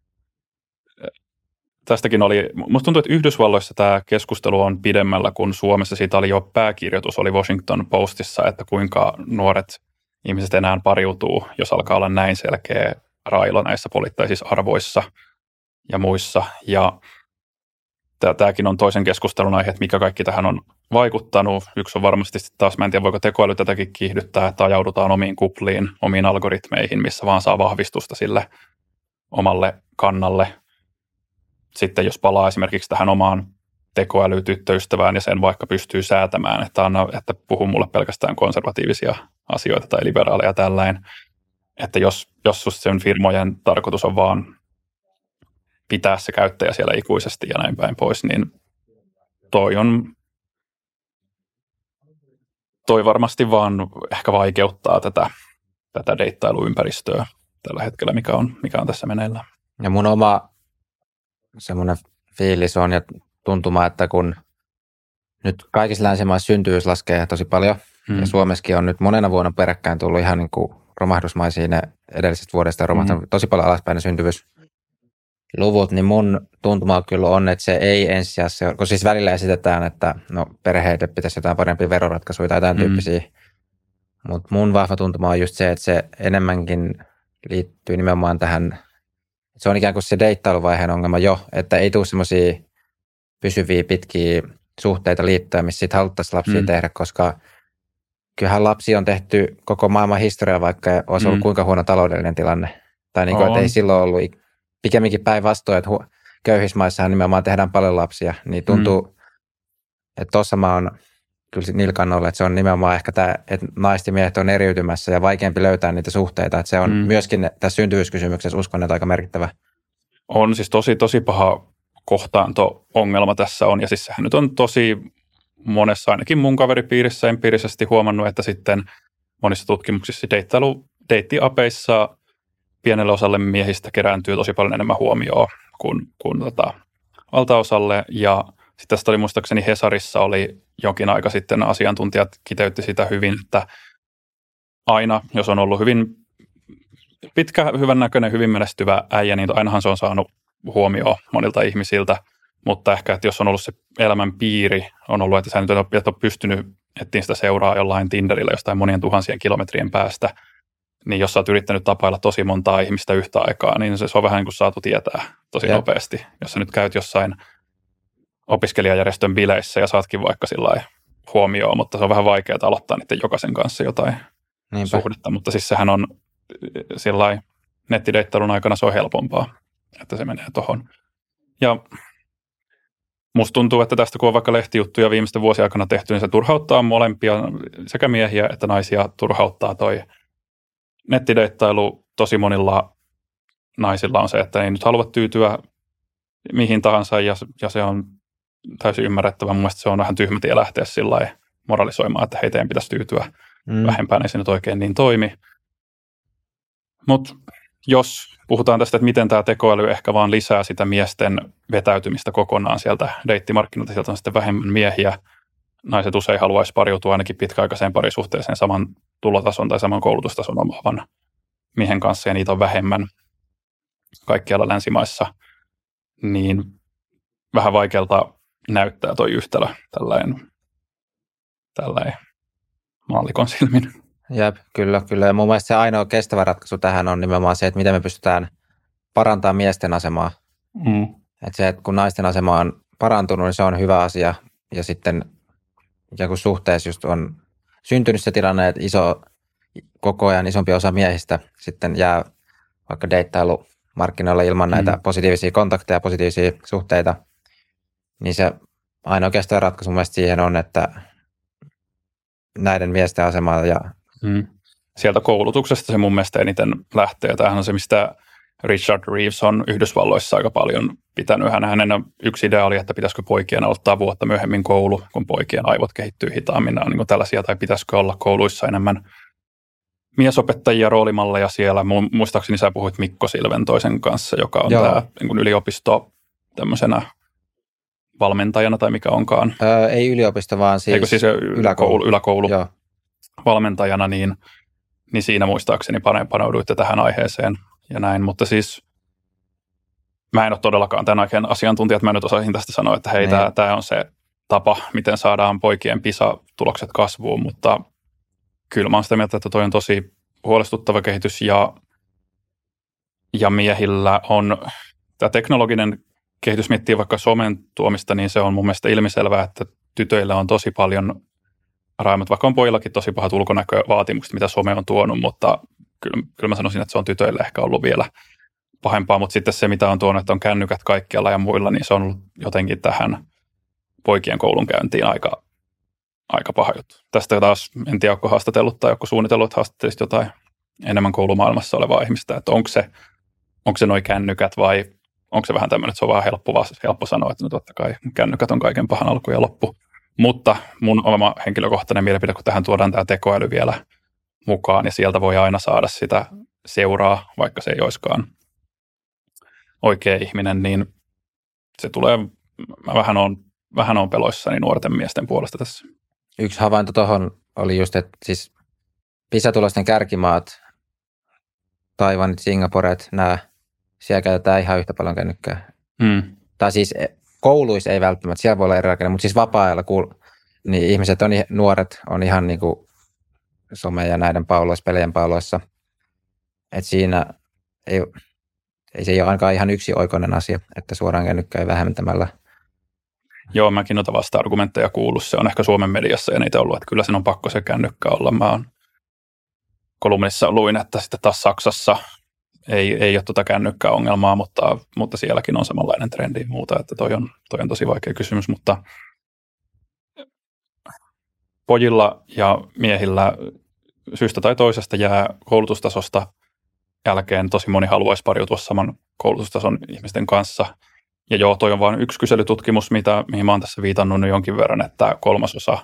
tästäkin oli, musta tuntuu, että Yhdysvalloissa tämä keskustelu on pidemmällä kuin Suomessa. Siitä oli jo pääkirjoitus, oli Washington Postissa, että kuinka nuoret ihmiset enää pariutuu, jos alkaa olla näin selkeä railo näissä poliittisissa arvoissa ja muissa. Ja tämäkin on toisen keskustelun aihe, että mikä kaikki tähän on vaikuttanut. Yksi on varmasti taas, mä en tiedä voiko tekoäly tätäkin kiihdyttää, että ajaudutaan omiin kupliin, omiin algoritmeihin, missä vaan saa vahvistusta sille omalle kannalle. Sitten jos palaa esimerkiksi tähän omaan tekoälytyttöystävään ja sen vaikka pystyy säätämään, että puhuu mulle pelkästään konservatiivisia asioita tai liberaaleja tällainen, että jos sen firmojen tarkoitus on vaan pitää se käyttäjä siellä ikuisesti ja näin päin pois, niin toi varmasti vaan ehkä vaikeuttaa tätä deittailuympäristöä tällä hetkellä, mikä on tässä meneillään. Ja mun oma semmoinen fiilis on ja tuntuma, että kun nyt kaikissa länsimaissa syntyvyys laskee tosi paljon, ja Suomessakin on nyt monena vuonna peräkkäin tullut ihan niin kuin romahdusmaisiin ne edellisestä vuodesta ja romahtanut tosi paljon alaspäin ne syntyvyysluvut, niin mun tuntuma kyllä on, että se ei ensisijaisesti, kun siis välillä esitetään, että no perheille pitäisi jotain parempia veroratkaisuja tai tämän tyyppisiä, mutta mun vahva tuntuma on just se, että se enemmänkin liittyy nimenomaan tähän, se on ikään kuin se deittailuvaiheen ongelma jo, että ei tule semmoisia pysyviä pitkiä suhteita liittoja, missä sitten haluttaisiin lapsia tehdä, koska kyllähän lapsia on tehty koko maailman historiaa, vaikka olisi ollut kuinka huono taloudellinen tilanne. Tai niin kuin, että ei silloin ollut, pikemminkin päinvastoin, että köyhissä maissahan nimenomaan tehdään paljon lapsia, niin tuntuu, että tuossa mä oon kyllä niillä kannoilla, että se on nimenomaan ehkä tämä, että naiset ja miehet on eriytymässä ja vaikeampi löytää niitä suhteita, että se on myöskin tässä syntyvyyskysymyksessä uskon, että aika merkittävä. On siis tosi paha kohtaanto-ongelma tässä on, ja siis sehän nyt on tosi monessa, ainakin mun kaveripiirissä empiirisesti huomannut, että sitten monissa tutkimuksissa deittiapeissa pienelle osalle miehistä kerääntyy tosi paljon enemmän huomioon kuin valtaosalle, ja sitten tästä oli muistaakseni Hesarissa oli jonkin aika sitten asiantuntijat kiteytti sitä hyvin, että aina, jos on ollut hyvin pitkä, hyvän näköinen, hyvin menestyvä äijä, niin ainahan se on saanut huomioon monilta ihmisiltä, mutta ehkä, että jos on ollut se elämän piiri, on ollut, että sä nyt et ole pystynyt etsiä sitä seuraa jollain Tinderillä jostain monien tuhansien kilometrien päästä, niin jos sä oot yrittänyt tapailla tosi montaa ihmistä yhtä aikaa, niin se on vähän niin kuin saatu tietää tosi nopeasti. Jos sä nyt käyt jossain opiskelijajärjestön bileissä ja saatkin vaikka sillä huomioon, mutta se on vähän vaikeaa aloittaa niiden jokaisen kanssa jotain suhdetta, mutta siis sehän on sillä nettideittailun aikana se on helpompaa, että se menee tohon. Ja musta tuntuu, että tästä kun on vaikka lehtijuttuja viimeisten vuosien aikana tehty, niin se turhauttaa molempia, sekä miehiä että naisia turhauttaa toi nettideittailu tosi monilla naisilla on se, että ei nyt halua tyytyä mihin tahansa ja se on täysin ymmärrettävä. Mun mielestä se on vähän tyhmä tie lähteä sillä lailla moralisoimaan, että heitä ei pitäisi tyytyä vähempään, ei se nyt oikein niin toimi. Mutta jos puhutaan tästä, että miten tämä tekoäly ehkä vaan lisää sitä miesten vetäytymistä kokonaan sieltä deittimarkkinoilta, sieltä on sitten vähemmän miehiä. Naiset usein haluaisi pariutua ainakin pitkäaikaiseen parisuhteeseen saman tulotason tai saman koulutustason omaavan miehen kanssa, ja niitä on vähemmän kaikkialla länsimaissa, niin vähän vaikealta näyttää toi yhtälö tällainen maallikon silmin. Jep, kyllä. Ja mun mielestä se ainoa kestävä ratkaisu tähän on nimenomaan se, että miten me pystytään parantamaan miesten asemaa. Että se, että kun naisten asema on parantunut, niin se on hyvä asia. Ja sitten ikään kuin suhteessa just on syntynyt se tilanne, että koko ajan isompi osa miehistä sitten jää vaikka deittailumarkkinoilla ilman näitä positiivisia kontakteja, positiivisia suhteita. Niin se ainoa kestävä ratkaisu mun mielestä siihen on, että näiden miesten asemaa ja sieltä koulutuksesta se mun mielestä eniten lähtee. Tämähän on se, mistä Richard Reeves on Yhdysvalloissa aika paljon pitänyt. Hänen yksi idea oli, että pitäisikö poikien aloittaa vuotta myöhemmin koulu, kun poikien aivot kehittyy hitaammin. Nämä on niin tällaisia, tai pitäisikö olla kouluissa enemmän miesopettajia, roolimalleja siellä. Muistaakseni sä puhuit Mikko Silventoisen kanssa, joka on tämä niin yliopisto tämmöisenä valmentajana tai mikä onkaan. Ei yliopisto, vaan siis yläkoulu valmentajana, niin siinä muistaakseni paneuduitte tähän aiheeseen ja näin, mutta siis mä en ole todellakaan tämän aiheen asiantuntija, että mä nyt osaisin tästä sanoa, että hei, tämä on se tapa, miten saadaan poikien PISA-tulokset kasvuun, mutta kyllä mä oon sitä mieltä, että toi on tosi huolestuttava kehitys ja miehillä on tämä teknologinen kehitys, miettii vaikka somen tuomista, niin se on mun mielestä ilmiselvää, että tytöillä on tosi paljon raimat, vaikka on pojillakin tosi pahat ulkonäkövaatimukset, mitä some on tuonut, mutta kyllä mä sanoisin, että se on tytöille ehkä ollut vielä pahempaa, mutta sitten se, mitä on tuonut, että on kännykät kaikkialla ja muilla, niin se on ollut jotenkin tähän poikien koulunkäyntiin aika paha juttu. Tästä taas, en tiedä, onko haastatellut tai onko suunnitellut, että haastattelisit jotain enemmän koulumaailmassa olevaa ihmistä, että onko se noi kännykät vai onko se vähän tämmöinen, että se on vähän helppo sanoa, että no totta kai kännykät on kaiken pahan alku ja loppu. Mutta mun oma henkilökohtainen mielipide, kun tähän tuodaan tämä tekoäly vielä mukaan, ja sieltä voi aina saada sitä seuraa, vaikka se ei olisikaan oikea ihminen, niin se tulee, mä vähän on peloissani nuorten miesten puolesta tässä. Yksi havainto tuohon oli just, että siis PISA-tulosten kärkimaat, Taiwanit, Singaporet, siellä käytetään ihan yhtä paljon kännykkää. Tai siis kouluissa ei välttämättä, siellä voi olla eri rakenne, mutta siis vapaa-ajalla niin ihmiset nuoret on ihan niin kuin some- ja näiden pelien pauloissa. Että siinä ei se ole ainakaan ihan yksioikoinen asia, että suoraan kännykkää vähemmällä. Joo, mäkin noita vasta-argumentteja kuullut. Se on ehkä Suomen mediassa ja niitä ollut, että kyllä sen on pakko se kännykkä olla. Mä oon kolumnissa luin, että sitten taas Saksassa ei ole tuota kännykkäongelmaa, mutta sielläkin on samanlainen trendi ja muuta, että toi on tosi vaikea kysymys, mutta pojilla ja miehillä syystä tai toisesta jää koulutustasosta jälkeen tosi moni haluaisi pariutua saman koulutustason ihmisten kanssa. Ja joo, toi on vain yksi kyselytutkimus, mihin mä oon tässä viitannut niin jonkin verran, että 3/3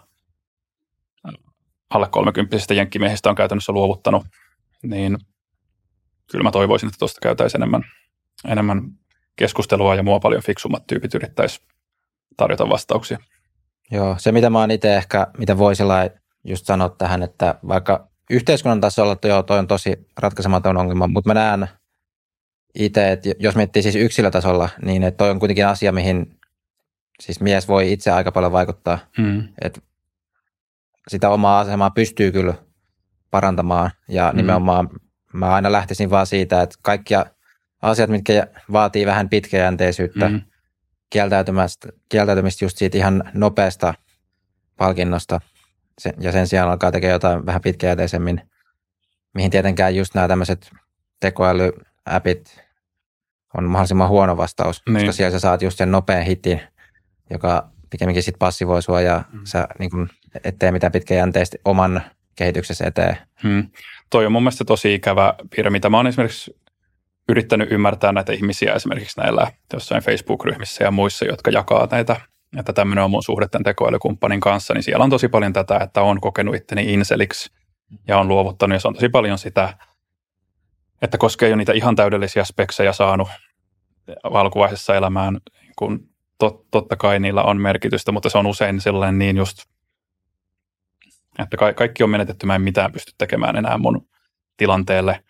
alle 30-vuotiaista jenkkimiehistä on käytännössä luovuttanut, niin kyllä mä toivoisin, että tuosta käytäisiin enemmän keskustelua ja mua paljon fiksummat tyypit yrittäisi tarjota vastauksia. Joo, se mitä mä oon itse ehkä, mitä voisi just sanoa tähän, että vaikka yhteiskunnan tasolla toi on tosi ratkaisematon ongelma, mutta mä näen itse, että jos miettii siis yksilötasolla, niin että toi on kuitenkin asia, mihin siis mies voi itse aika paljon vaikuttaa. Että sitä omaa asemaa pystyy kyllä parantamaan ja nimenomaan mä aina lähtisin vaan siitä, että kaikkia asiat, mitkä vaatii vähän pitkäjänteisyyttä, kieltäytymistä just siitä ihan nopeasta palkinnosta ja sen sijaan alkaa tekemään jotain vähän pitkäjänteisemmin, mihin tietenkään just nämä tämmöiset tekoälyappit on mahdollisimman huono vastaus, koska siellä sä saat just sen nopean hitin, joka pikemminkin sit passivoi sua ja sä niin kun, et tee mitään pitkäjänteisesti oman kehityksessä eteen. Toi on mun mielestä tosi ikävä piirre, mitä mä oon esimerkiksi yrittänyt ymmärtää näitä ihmisiä esimerkiksi näillä jossain Facebook-ryhmissä ja muissa, jotka jakaa näitä, että tämmöinen on mun suhde tämän tekoälykumppanin kanssa, niin siellä on tosi paljon tätä, että on kokenut itteni inseliksi ja on luovuttanut, ja se on tosi paljon sitä, että koska ei ole niitä ihan täydellisiä speksejä saanut alkuvaiheessa elämään, kun totta kai niillä on merkitystä, mutta se on usein sellainen niin just, että kaikki on menetetty, mä en mitään pysty tekemään enää mun tilanteelle.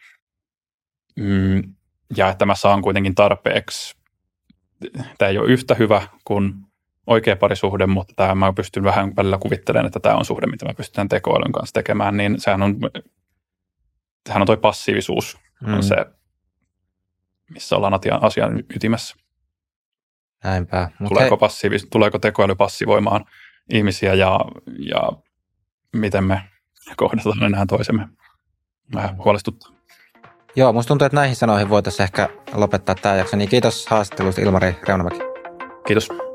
Ja että mä saan kuitenkin tarpeeksi, tämä ei ole yhtä hyvä kuin oikea parisuhde, mutta mä pystyn vähän välillä kuvittelemaan, että tämä on suhde, mitä mä pystyn tekoälyn kanssa tekemään, niin sehän on toi passiivisuus, on se, missä ollaan asian ytimessä. Näinpä. Tuleeko tekoäly passivoimaan ihmisiä ja miten me kohdataan enää toisemme? Vähän huolestuttaa. Joo, musta tuntuu, että näihin sanoihin voitaisiin ehkä lopettaa tämä jakso. Niin kiitos haastattelusta Ilmari Reunamäki. Kiitos.